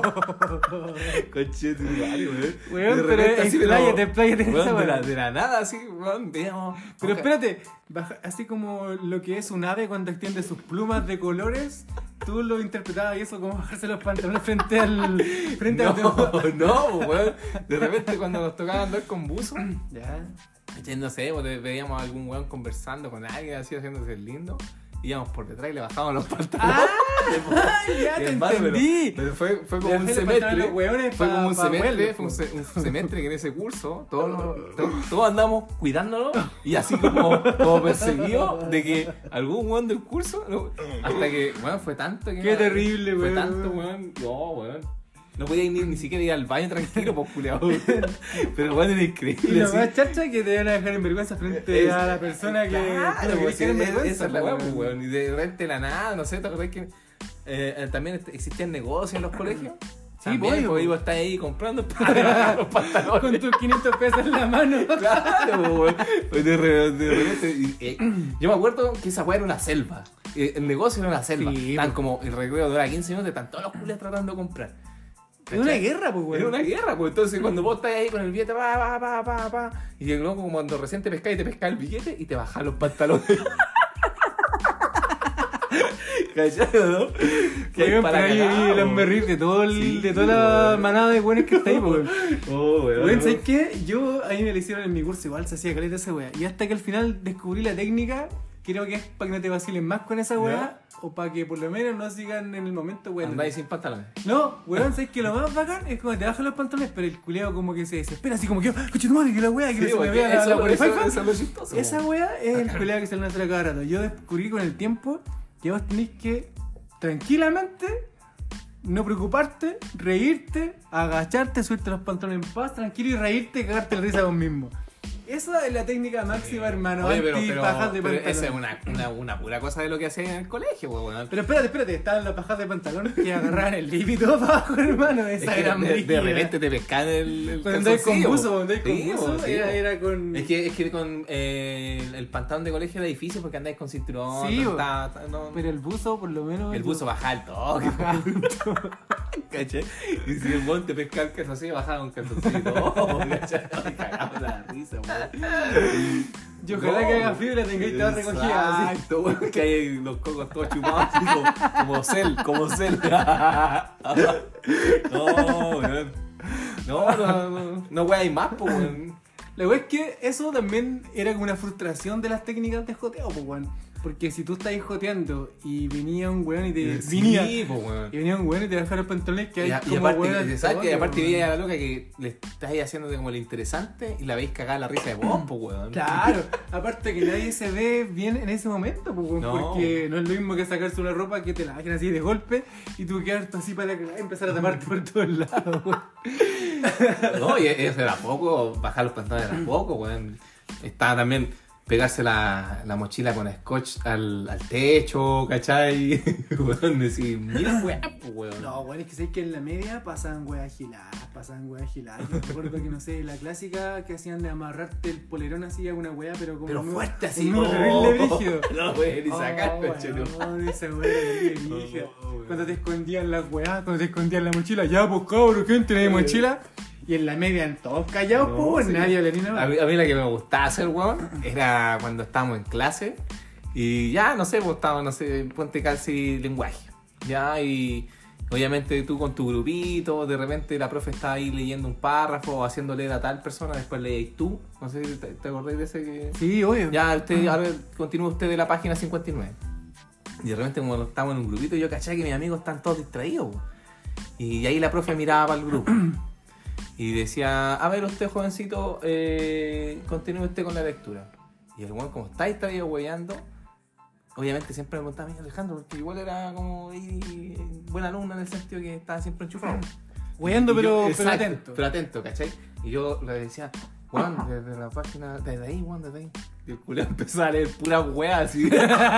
Conche tu madre, weón. Weón, De pero repente, así, expláyate, pero- expláyate en weón, esa de la, weá. de la nada, así, weón, veíamos. Pero ok. espérate, baja- así como lo que es un ave cuando extiende sus plumas de colores, tú lo interpretabas y eso como bajarse los pantalones frente al... frente No, al... no, weón. De repente cuando nos tocaba andar con buzo, Ya. no sé, pues, veíamos a algún weón conversando con alguien así haciéndose el lindo, íbamos por detrás y le bajábamos los pantalones. ¡Ah! Ya Y, te hermano, pero- entendí. Pero, fue, fue como Le un bajé los pantalones a semestre. los hueones Fue pa- como un pa semestre. huello, Fue un, po. se- un semestre que en ese curso todos, nos- todos, todos andamos cuidándonos y así como, como perseguidos de que algún weón del curso. no, hasta que, bueno, fue tanto que. Qué terrible, fue weón. tanto, weón. No, weón. No podía ni, ni siquiera ir al baño tranquilo, pues culiado. Pero weón, era Y increíble. lo así. más chacha que te van a dejar en vergüenza frente Es- a la persona que Claro, que pues, quiere quedar en sí, vergüenza. esa es la po, weá, pues, weón. Y de repente de la nada, no sé, ¿te acordás que eh, eh, también est- existían negocios en los colegios? Sí, También, obvio, pues po. iba a estar ahí comprando para regalar los pantalones. Con tus quinientos pesos en la mano. Claro, weón. Pues de, re- de repente. y, eh, yo me acuerdo que esa weá era una selva. Eh, El negocio era una selva. Sí, Tan po. como el recreo dura quince minutos, están todos los culiados tratando de comprar. Es una guerra, pues, weón. Era una guerra, pues entonces cuando vos estás ahí con el billete, pa, pa, pa, pa, pa, y el loco cuando recién te pescás y te pescás el billete y te bajas los pantalones. ¿Cachado, no? Que hay Weón, para pero ahí cagar, ahí el weón. hambre de todo el, Sí, de toda la weón. manada de buenos que está ahí, pues, weón. Oh, weón. Weón, ¿sabes qué? Yo, a mí me lo hicieron en mi curso, igual se hacía caleta esa weá. Y hasta que al final descubrí la técnica, creo que es para que no te vacilen más con esa weá, o para que por lo menos no sigan en el momento, weón. Andáis sin pantalones. No, weón, ¿sabes que lo más bacán es cuando te bajan los pantalones, pero el culiao como que se desespera, así como que, coche tu madre, que la weá, que Sí, no se me porque vea la, eso- la eso- Wi-Fi. eso es lo chistoso, Esa po. weá es el culiao que se le hace cada rato. Yo descubrí con el tiempo que vos tenés que tranquilamente no preocuparte, reírte, agacharte, subirte los pantalones en paz, tranquilo y reírte y cagarte la risa vos mismo. Esa es la técnica máxima, hermano. Oye, pero, anti pero, pajas de pero pantalón. esa es una, una, una pura cosa de lo que hacía en el colegio, pues, weón. Pero espérate, espérate, estaban las pajas de pantalón que agarraban el límite para abajo, hermano. Es Esa que era de, de brígida. repente te pescan el, el Cuando andáis con calzoncillo, buzo, po. cuando andáis con Sí, buzo, po, sí, era, po. era con... Es que, es que con eh, el, el pantalón de colegio era difícil porque andáis con cinturón. Sí, no, po. está- está- no- Pero el buzo, por lo menos... el buzo baja al toque. ¿Cachai? Y si el monte pesca el calzoncillo, bajaba un calzoncito. Oh, ¿cachai? Ay, cagaba la risa, weón. Y ojalá No. que haga frío y la tengáis toda recogida. así. Exacto, weón, que hay los cocos todos chupados, así como, como cel, como cel. No, weón. No, no, no, no, weón, hay más, pues, weón. La wea es que eso también era como una frustración de las técnicas de joteo, pues, weón. Porque si tú estás joteando y venía un weón y te... venía, Sí, pues, weón. y venía un weón y te bajaba los pantalones que hay Y, a- y como weón aparte, al ¿sabes toque, que aparte weón. veía a la loca que le estáis haciendo como lo interesante y la veis cagada la risa de vos, pues, weón? Claro, aparte que nadie se ve bien en ese momento, pues, weón, No. porque no es lo mismo que sacarse una ropa que te la bajen así de golpe y tú quedarte así para cagar y empezar a taparte por todos lados, weón. No, y eso era poco, bajar los pantalones era poco, weón. Estaba también pegarse la, la mochila con scotch al, al techo, ¿cachai? Weón, decir, mira, weón, pues, weón. No, weón, es que sé que en la media pasaban weas giladas, pasaban weas giladas. Yo recuerdo que, no sé, la clásica que hacían de amarrarte el polerón así a una wea, pero como... Pero muy- fuerte así, muy oh. terrible brígido. No, weón, ni Oh, sacar, weón, coche, esa wea era terrible Oh, brígida. weón. Cuando te escondían las weas, cuando te escondían la mochila, ya, pues cabros, gente, ¿no hay mochila? Y en la media, en todos callados, No, pues, sí. nadie habla ni nada. A mí, a mí la que me gustaba hacer, weón, era cuando estábamos en clase y ya, no sé, pues estábamos, no sé, ponte casi lenguaje, ya, y obviamente tú con tu grupito, de repente la profe estaba ahí leyendo un párrafo o haciendo leer a tal persona, después leías tú, no sé si te, te acordás de ese que... Sí, obvio. Ya, usted, ahora continúa usted de la página cincuenta y nueve. Y de repente como estábamos en un grupito, yo caché que mis amigos están todos distraídos, po. Y ahí la profe miraba para el grupo. Y decía, a ver usted jovencito, eh, continúe usted con la lectura. Y el weón, como está distraído weyando, obviamente siempre me preguntaba a mí, Alejandro, porque igual era como y, buen alumno en el sentido que estaba siempre enchufado. Weando, Y yo- pero, pero exacto, atento. Pero atento, ¿cachai? Y yo le decía, weón, desde la página, desde ahí, weón, desde ahí. Y el culo empezó a leer pura wea así.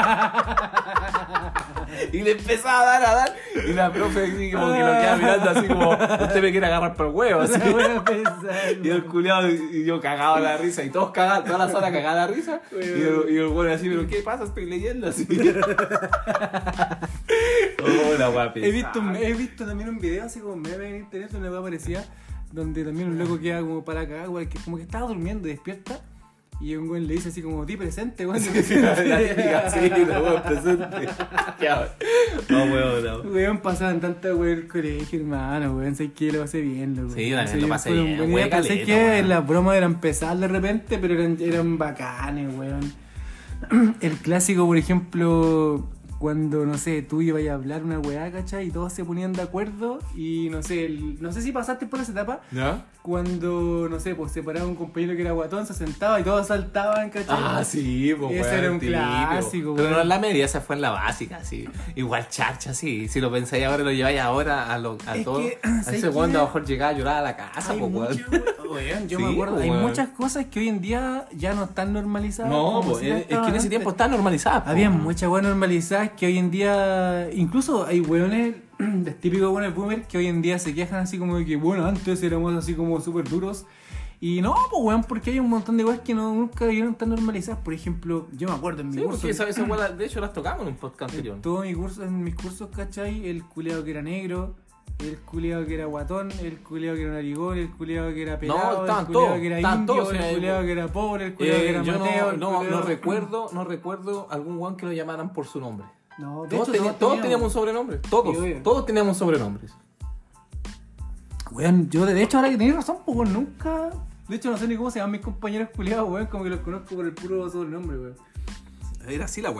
Y le empezaba a dar, a dar. Y la profe así como que lo quedaba mirando así como, usted me quiere agarrar por el huevo, así. La wea pesada, Y el culiado, y yo cagaba la risa, y todos cagaban, toda la sala cagaba la risa. Y el, y el bueno así, pero ¿qué pasa? Estoy leyendo así. Oh, la wea He visto, pesada. un- he visto también un video así como meme en internet donde aparecía donde también un loco queda como para cagar, güey, que como que estaba durmiendo y despierta y un güey le dice así como, di presente, güey. La típica, sí, la wea presente. Ya, no, weón, no. Weón, pasaban tantas güey el colegio, hermano, weón, sé que lo pasé bien, loco. Sí, yo también Ese lo día pasé fue un bien, buen güey, día. Pensé caleta, que weón. las bromas eran pesadas de repente, pero eran, eran bacanes, weón. El clásico, por ejemplo, cuando, no sé, tú ibas a hablar una weá, ¿cachai? Y todos se ponían de acuerdo y, no sé, el- no sé si pasaste por esa etapa, ¿Ya? cuando, no sé, pues se paraba un compañero que era guatón, se sentaba y todos saltaban, ¿cachai? Ah, sí, pues Ese weón, era un típico. clásico, Pero weón. no en la media, esa fue en la básica, sí. Igual charcha, sí. Si lo pensáis ahora, lo lleváis ahora a, lo, a Es todo. que, A ¿sabes ese weón qué? a lo mejor llegaba a llorar a la casa, Hay pues weón. mucho, weón, yo Sí, me acuerdo, pues, hay weón. muchas cosas que hoy en día ya no están normalizadas. No, como pues si las es, es que en estaban ese tiempo antes. estaba normalizada. pues. Había muchas weas normalizadas que hoy en día, incluso hay weones, típicos weones boomer, que hoy en día se quejan así como de que, bueno, antes éramos así como súper duros. Y no, pues weón, porque hay un montón de weas que no, nunca vieron tan normalizadas. Por ejemplo, yo me acuerdo en mi Sí, curso, porque esa, esa weá, de hecho las tocamos en un podcast anterior. en todos mis cursos, en mis cursos, ¿cachai? El culeado que era negro, el culeado que era guatón, el culeado que era narigón, el culeado que era pelado, estaban el culeado todos, que era estaban indio, todos, el eh, culeado que era pobre, el culeado que Eh, era yo Mateo. no, el no, culeado- no recuerdo, no recuerdo algún weón que lo llamaran por su nombre. No, de Todos, hecho, tenía- todos teníamos un sobrenombre. Todos, Sí, obvio. todos teníamos sobrenombres. Weón, yo de hecho ahora que tenéis razón, pues weón, nunca. De hecho no sé ni cómo se llaman mis compañeros culiados, weón, como que los conozco por el puro sobrenombre, weón. Era así la weá.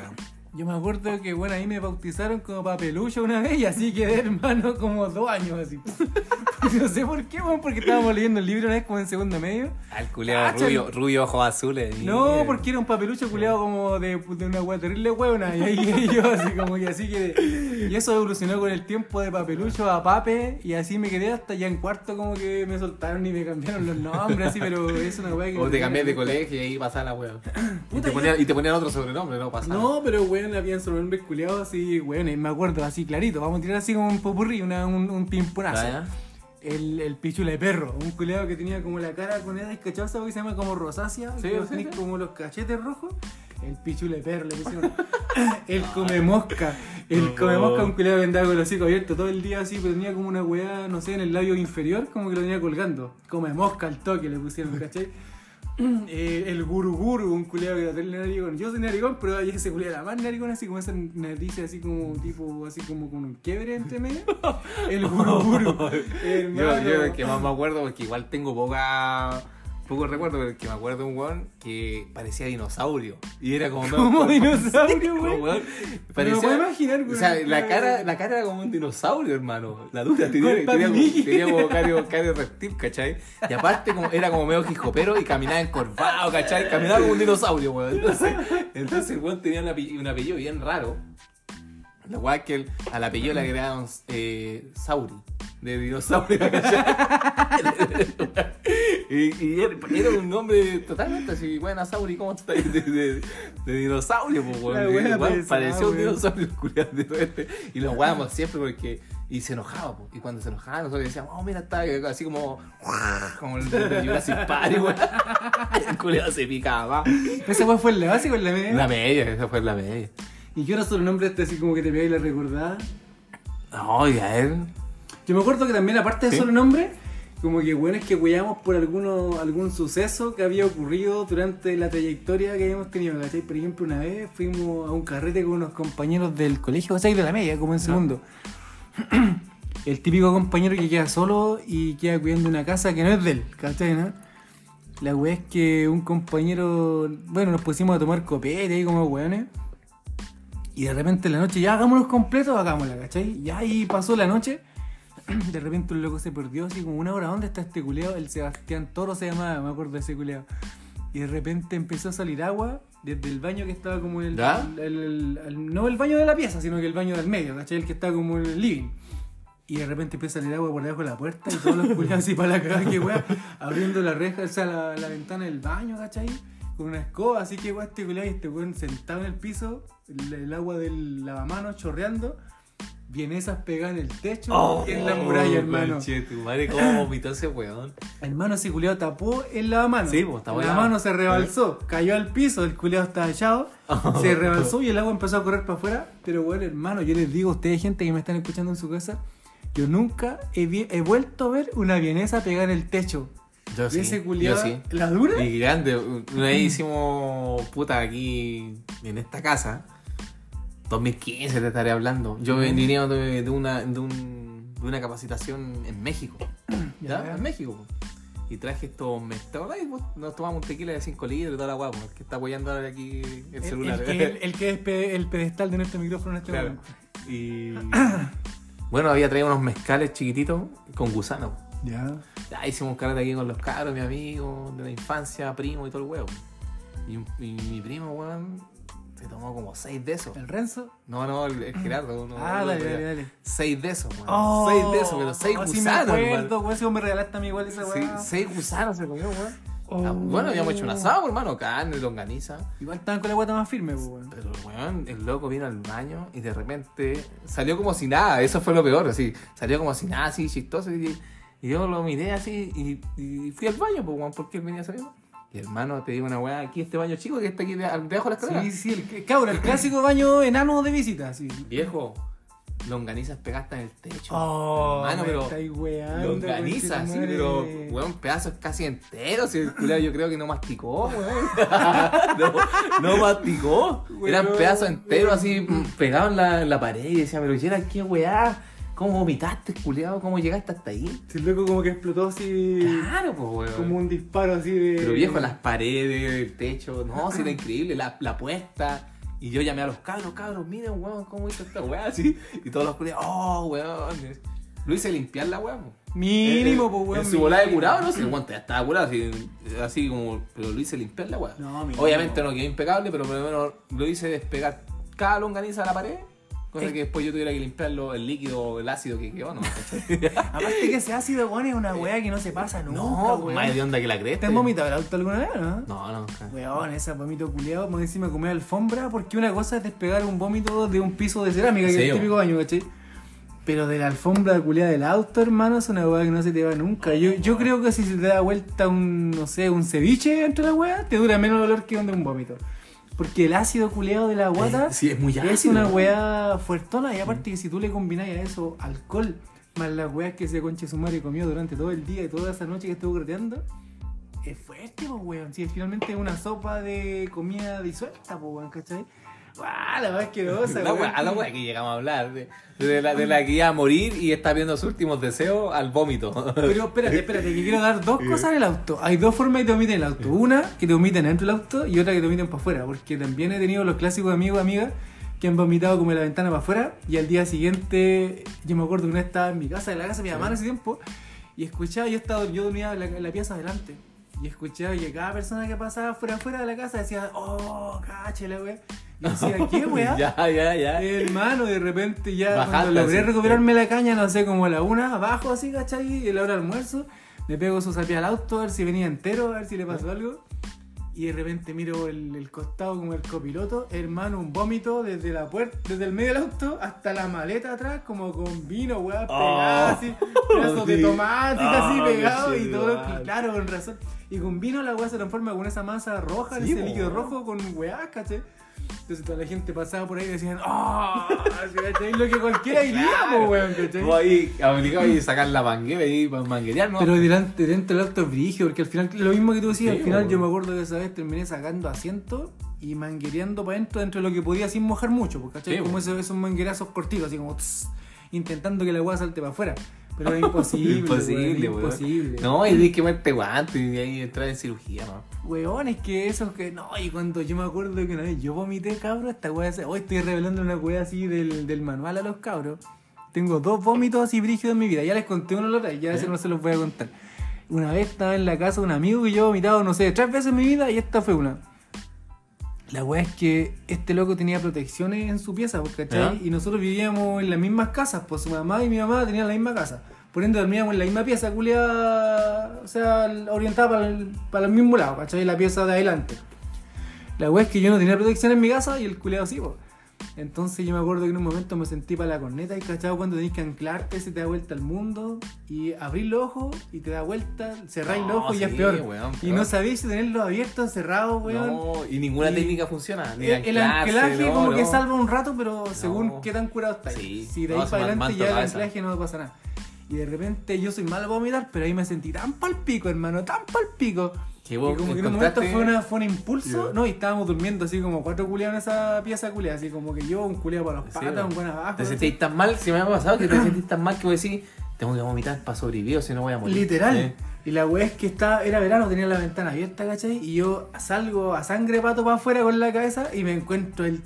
Yo me acuerdo que, bueno, ahí me bautizaron como papelucho una vez y así quedé, hermano, como dos años así. No sé por qué, weón, porque estábamos leyendo el libro una vez como en segundo medio. Al culeado Cacha, rubio, rubio, ojos azules. No, mira. porque era un papelucho culeado como de, de una weá terrible huevona. Y ahí yo así como que así que. Y eso evolucionó con el tiempo de papelucho a pape. Y así me quedé hasta ya en cuarto como que me soltaron y me cambiaron los nombres así, pero es una weá que. O te cambias de colegio y ahí pasaba la wea. Y Puta, te, ponían, y te ponían otro sobrenombre, ¿no? Pasaba. No, pero weón, habían sobrenombres culeados así, weón, y me acuerdo así clarito. Vamos a tirar así como un popurrí, una, un, un pimponazo. ¿Ya? El, el pichula de perro, un culeado que tenía como la cara con edad escachosa que se llama como rosácea, Sí, que sí, tenés sí. como los cachetes rojos. El pichula de perro le pusieron. El come mosca. El come mosca, un culeado que andaba con el hocico abierto todo el día así, pero tenía como una weá, no sé, en el labio inferior, como que lo tenía colgando. Come mosca al toque le pusieron, ¿cachai? Eh, el guru guru, un culeado que era terrible narigón. Yo soy narigón, pero ahí ese culeado era más narigón, así como esa nariz así como tipo, así como con un quiebre entre medio. El guru guru. Yo, Hermano. yo el que más me acuerdo, porque igual tengo poca, poco recuerdo, pero el que me acuerdo de un weón que parecía dinosaurio. Y era como... Como dinosaurio, como güey. weón, Me lo puedo imaginar, güey. O sea, la cara, la cara era como un dinosaurio, hermano. La dura, tenía, Con tenía, como, papiniqui. tenía como cario, cario reptil, ¿cachai? Y aparte como, era como medio jijopero y caminaba encorvado, ¿cachai? Caminaba como un dinosaurio, weón. Entonces, entonces el weón tenía un apellido, un apellido bien raro. La weá es que el, al apellido le agregaron eh, Sauri, de dinosaurio, ¿cachai? y, y era, era un nombre totalmente así, buena Sauri, ¿cómo estás? De, de, de dinosaurio, pues, weón. La wea Y, weón, pesada, parecía un weón. dinosaurio culiado de todo este. Y lo jugábamos siempre porque. Y se enojaba, pues. Y cuando se enojaba, nosotros decíamos, oh, mira, está así como. Como el de Jurassic Park, weón. El culiado se picaba. Ese weón fue en la básica o en la media. La media, esa fue la media. Y yo era solo nombre este así como que te pegáis y la recordaba. No, y a él. Yo me acuerdo que también, aparte de ¿Sí? solo nombre, como que bueno es que hueamos por alguno, algún suceso que había ocurrido durante la trayectoria que habíamos tenido, ¿cachai? Por ejemplo, una vez fuimos a un carrete con unos compañeros del colegio, ¿cachai? De la media, como en segundo. El típico compañero que queda solo y queda cuidando una casa que no es de él, ¿cachai? ¿No? La wea es que un compañero, bueno, nos pusimos a tomar copete ahí como weones. Y de repente en la noche, ya hagámonos completos, hagámosla, ¿cachai? Ya ahí pasó la noche. De repente un loco se perdió así como una hora. ¿Dónde está este culeado? El Sebastián Toro se llamaba, me acuerdo de ese culeado. Y de repente empezó a salir agua desde el baño que estaba como en el, ¿Ya? el- el- el- el- no el baño de la pieza, sino que el baño del medio, ¿cachai? El que estaba como en el living. Y de repente empieza a salir agua por debajo de la puerta y todos los culeados así para la cagada, que weá, abriendo la reja, o sea, la, la ventana del baño, ¿cachai? Con una escoba, así que weá, este culeado y este weón sentado en el piso, el, el agua del lavamanos chorreando, vienesas pegadas en el techo y en la muralla, hermano. Conche, tu madre, cómo vomitó ese weón. Hermano, ese culeado tapó el lavamanos. Sí, pues, estaba el helado. lavamanos se rebalsó, cayó al piso, el culeado estaba echado, se rebalsó y el agua empezó a correr para afuera. Pero bueno, hermano, yo les digo a ustedes, gente que me están escuchando en su casa, yo nunca he, vi- he vuelto a ver una vienesa pegada en el techo. Yo Y sí, ese yo culiado, sí. ¿la dura? Y grande, una vez hicimos puta aquí en esta casa, dos mil quince te estaré hablando. Yo venía de, de una de, un, de una capacitación en México, ¿ya? Ya. En México. po. Y traje estos mezclados, nos tomamos un tequila de cinco litros y toda la guapa, el que está apoyando ahora aquí el El, celular. el que, el, el que es pe- el pedestal de nuestro micrófono en este Claro. momento. Y bueno, había traído unos mezcales chiquititos con gusano. Ya. Ya hicimos un carrete aquí con los cabros, mi amigo de la infancia, primo y todo el huevo. Y, un- y mi primo, weón, se tomó como seis de esos. ¿El Renzo? No, no, el, el Gerardo. No, Ah, no, dale, no, dale, dale. Seis de esos, weón. Oh, seis de esos, pero seis oh, sí gusanos, me hermano. acuerdo, weón, si vos me regalaste a mí igual esa Sí, weá. seis gusanos se comió, weón. Oh. Ah, bueno, habíamos hecho un asado, hermano, carne, longaniza. Igual estaban con la guata más firme, pues, weón. Pero, weón, el loco vino al baño y de repente salió como si nada. Eso fue lo peor, así. Salió como si nada, así, chistoso. Y, y yo lo miré así y, y fui al baño, pues, weón, porque él venía saliendo. Y hermano, te digo una weá, aquí este baño chico que está aquí de- debajo de la escalera. Sí, sí, el, cabrón, el clásico baño enano de visita, sí. Viejo, longanizas pegadas en el techo. Oh, hermano, me pero estáis weando, longaniza, sí, conchetumare. pero, weón, pedazos casi enteros. Y el culiao yo creo que no masticó, weón. no, no masticó. Eran Weón, pedazos enteros weón. así mm, pegados en la, en la pared. Y decía, pero Gerard, qué weá. ¿Cómo vomitaste, culiao? ¿Cómo llegaste hasta ahí? Sí, el loco como que explotó así, Claro, pues, weón. como un disparo así de... Pero viejo, las paredes, el techo, no, sí, era increíble, la, la puesta, Y yo llamé a los cabros, cabros, miren, weón, cómo hizo esta weá, así. Y todos los culiados, oh, weón. Lo hice limpiar la weá, po. Mínimo, Eh, pues, weón. En su volada de mínimo. curado, no sé, el guante ya estaba curado, así, así como. Pero lo hice limpiar la weá. No, mínimo. Obviamente no quedó impecable, pero por lo menos lo hice despegar cada longaniza a la pared. Cosa Eh. que después yo tuviera que limpiarlo, el líquido, el ácido que quedó, ¿no? ¿Cachai? Aparte que ese ácido, weón, es una weá que no se pasa nunca, No, weón. más de onda que la cresta. ¿Te han vomitado el auto alguna vez, no? No, no, nunca. Weón, ese vómito culiado, más encima comer alfombra, porque una cosa es despegar un vómito de un piso de cerámica, que Sí, es el típico weón. baño, ¿cachai? Pero de la alfombra culiada del auto, hermano, es una weá que no se te va nunca. Yo, yo creo que si se te da vuelta un, no sé, un ceviche entre la weá, te dura menos dolor que de un vómito. Porque el ácido culeado de la guata Eh, sí, es muy es ácido. una weá fuertona. Y aparte que si tú le combinas a eso alcohol, más las weas que ese conche su madre comió durante todo el día y toda esa noche que estuvo creteando, es fuerte, pues weón. Si finalmente es una sopa de comida disuelta, pues weón, ¿cachai? ¡Guau! La weá asquerosa, La weón. weá, la weá que llegamos a hablar. De, de la, de la que iba a morir y está viendo sus últimos deseos al vómito. Pero espérate, espérate, que quiero dar dos cosas en el auto. Hay dos formas de te vomiten en el auto. Una, que te vomiten dentro del auto y otra que te vomiten para afuera. Porque también he tenido los clásicos amigos, amigas, que han vomitado como en la ventana para afuera y al día siguiente, yo me acuerdo que una vez estaba en mi casa, en la casa de mi mamá en ese tiempo, y escuchaba, yo estaba, yo dormía en la, en la pieza adelante, y escuchaba que cada persona que pasaba fuera fuera de la casa decía, oh, cáchale, wey. Y yo decía, ¿qué, weá? Ya, ya, ya. Hermano, de repente ya Bajaste cuando logré así. recuperarme la caña, no sé, como a la una, abajo así, ¿cachai? Y a la hora del almuerzo, le pego su sapía al auto a ver si venía entero, a ver si le pasó algo. Y de repente miro el, el costado como el copiloto, hermano, un vómito desde la puerta, desde el medio del auto hasta la maleta atrás, como con vino, weá, pegado así, pedazos de sí. tomate, Oh, así pegado qué y todo, mal. y claro, con razón. Y con vino la weá se transforma con esa masa roja, Sí, ese po. líquido rojo con weá, ¿cachai? Entonces toda la gente pasaba por ahí y decían, ¡oh! ¿Cachai? Lo que cualquiera diría, Claro. po, weón, ¿cachai? Vos ahí obligado a sacar la manguera y para manguerear, ¿no? Pero delante, dentro del auto es brígido, porque al final, lo mismo que tú decías, Sí, al final po. yo me acuerdo que esa vez terminé sacando asiento y manguereando para adentro dentro de lo que podía sin mojar mucho, pues, ¿cachai? Sí, Como po. esos, esos manguerazos cortitos, así como tss, intentando que la agua salte para afuera. Pero es imposible, Imposible, weón, weón. imposible. No, y tienes que meterte guantes y ahí entrar en cirugía, ¿no? Weón, es que eso que. No, y cuando yo me acuerdo que una vez yo vomité, cabrón, esta weá. Hoy estoy revelando una weá así del, del manual a los cabros. Tengo dos vómitos así brígidos en mi vida. Ya les conté uno la otra y ya ese no se los voy a contar. Una vez estaba en la casa de un amigo y yo he vomitado, no sé, tres veces en mi vida y esta fue una. La weá es que este loco tenía protecciones en su pieza, pues, ¿cachai? ¿Ya? Y nosotros vivíamos en las mismas casas, pues su mamá y mi mamá tenían la misma casa. Por ende dormíamos en la misma pieza, culiada, o sea, orientada para el, para el mismo lado, ¿cachai? La pieza de adelante. La weá es que yo no tenía protección en mi casa y el culiado sí, pues. Entonces yo me acuerdo que en un momento me sentí para la corneta y cachado cuando tenés que anclarte, se te da vuelta al mundo y abrir los ojos y te da vuelta, cerráis los No, ojos y ya es sí, peor. weón, y peor. no sabéis si tenerlos abiertos, cerrados, weón. No, y ninguna Y- técnica funciona. Ni El, el anclarse, anclaje no, como que no. salva un rato, pero según No. qué tan curado estáis. Sí. Si de No, ahí se para man- adelante manto ya el cabeza. anclaje no pasa nada. Y de repente yo soy malo para vomitar, pero ahí me sentí tan pal pico, hermano, tan pal pico. Que Y vos como que en un momento encontraste- fue, una, fue un impulso, Ya. no, y estábamos durmiendo así como cuatro culiados en esa pieza culiada, así como que yo, un culiado para los Sí, patas, weón. un buen abajo. Te así. sentís tan mal, si me ha pasado que te sentís tan mal que vos decís, tengo que vomitar para sobrevivir o si no voy a morir. Literal. Eh. Y la weá es que estaba, era verano, tenía la ventana abierta, ¿cachai? Y yo salgo a sangre pato para afuera con la cabeza y me encuentro el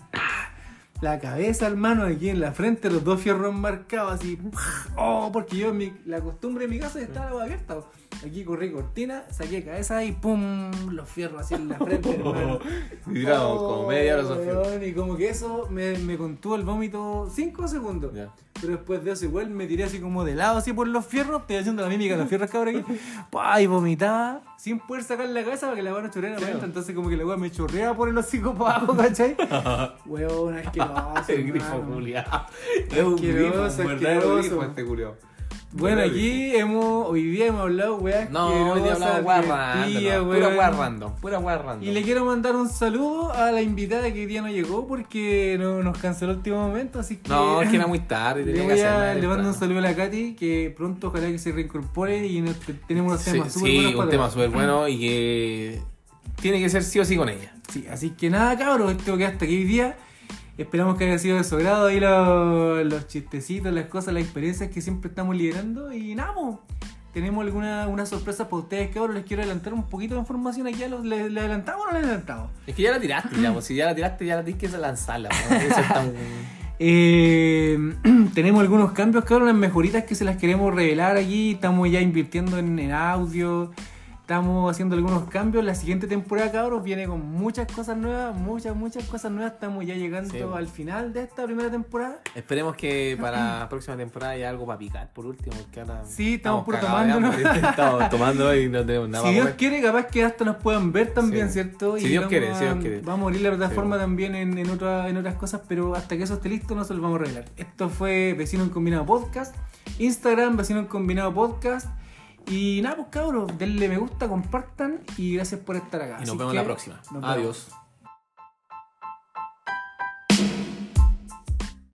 la cabeza, hermano, aquí en la frente, los dos fierros marcados así. Oh, porque yo, en mi, la costumbre de mi casa es estar la weá abierta. po. Aquí corrí cortina, saqué cabeza y pum, los fierros así en la frente, hermano. Y duramos como media hora esos fierros. weón, y como que eso me, me contuvo el vómito cinco segundos. Ya. Pero después de eso igual me tiré así como de lado, así por los fierros, estoy haciendo la mímica de los fierros cabrón aquí, pa, y vomitaba, sin poder sacar la cabeza para que la weá no chorreara para adentro, entonces como que la weá me chorreaba por el hocico para abajo, ¿cachai? Weón, asqueroso, El grifo hermano. culiado. Es un grifo, Asqueroso, un verdadero asqueroso. grifo este culiado. Bueno, aquí hemos, hoy día hemos hablado weá No, hoy día hablamos asquerosas, weá divertidas, random. Pura weón. weá random. Pura weá random. Y le quiero mandar un saludo a la invitada que hoy día no llegó porque no, nos canceló el último momento, así que... No, es que era muy tarde. Le, tenía voy que a, hacer le mando un temprano. saludo a la Katy, que pronto ojalá que se reincorpore y nos- te- tenemos unos Sí, temas súper sí, buenos un para tema tocar. súper bueno y que tiene que ser sí o sí con ella. Sí, así que nada, cabros, esto que hasta aquí hoy día. Esperamos que haya sido de su agrado ahí los, los chistecitos, las cosas, las experiencias que siempre estamos liderando. Y nada, po, tenemos alguna una sorpresa para ustedes, que ahora les quiero adelantar un poquito de información aquí. ¿Le, le adelantamos o no le adelantamos? Es que ya la tiraste, ya, pues, si ya la tiraste, ya la tienes que lanzarla. ¿No? Eso es tan... Eh, tenemos algunos cambios, cabrón, unas mejoritas que se las queremos revelar aquí. Estamos ya invirtiendo en, en audio. Estamos haciendo algunos cambios. La siguiente temporada, cabros, viene con muchas cosas nuevas. Muchas, muchas cosas nuevas. Estamos ya llegando Sí, al final de esta primera temporada. Esperemos que para la próxima temporada haya algo para picar por último. Porque ahora Sí, estamos puro cagados de tomándonos. hambre. Estamos tomando y no tenemos nada Si para Dios comer. quiere, capaz que hasta nos puedan ver también, Sí. ¿cierto? Si Y Dios vamos quiere, a, si Dios quiere. Vamos a abrir la plataforma Sí. también en, en, otra, en otras cosas, pero hasta que eso esté listo no se los vamos a revelar. Esto fue Vecino en Combinado Podcast, Instagram, Vecino en Combinado Podcast. Y nada, pues cabros, denle me gusta, compartan y gracias por estar acá. Y nos Así vemos que la próxima. nos vemos. Adiós.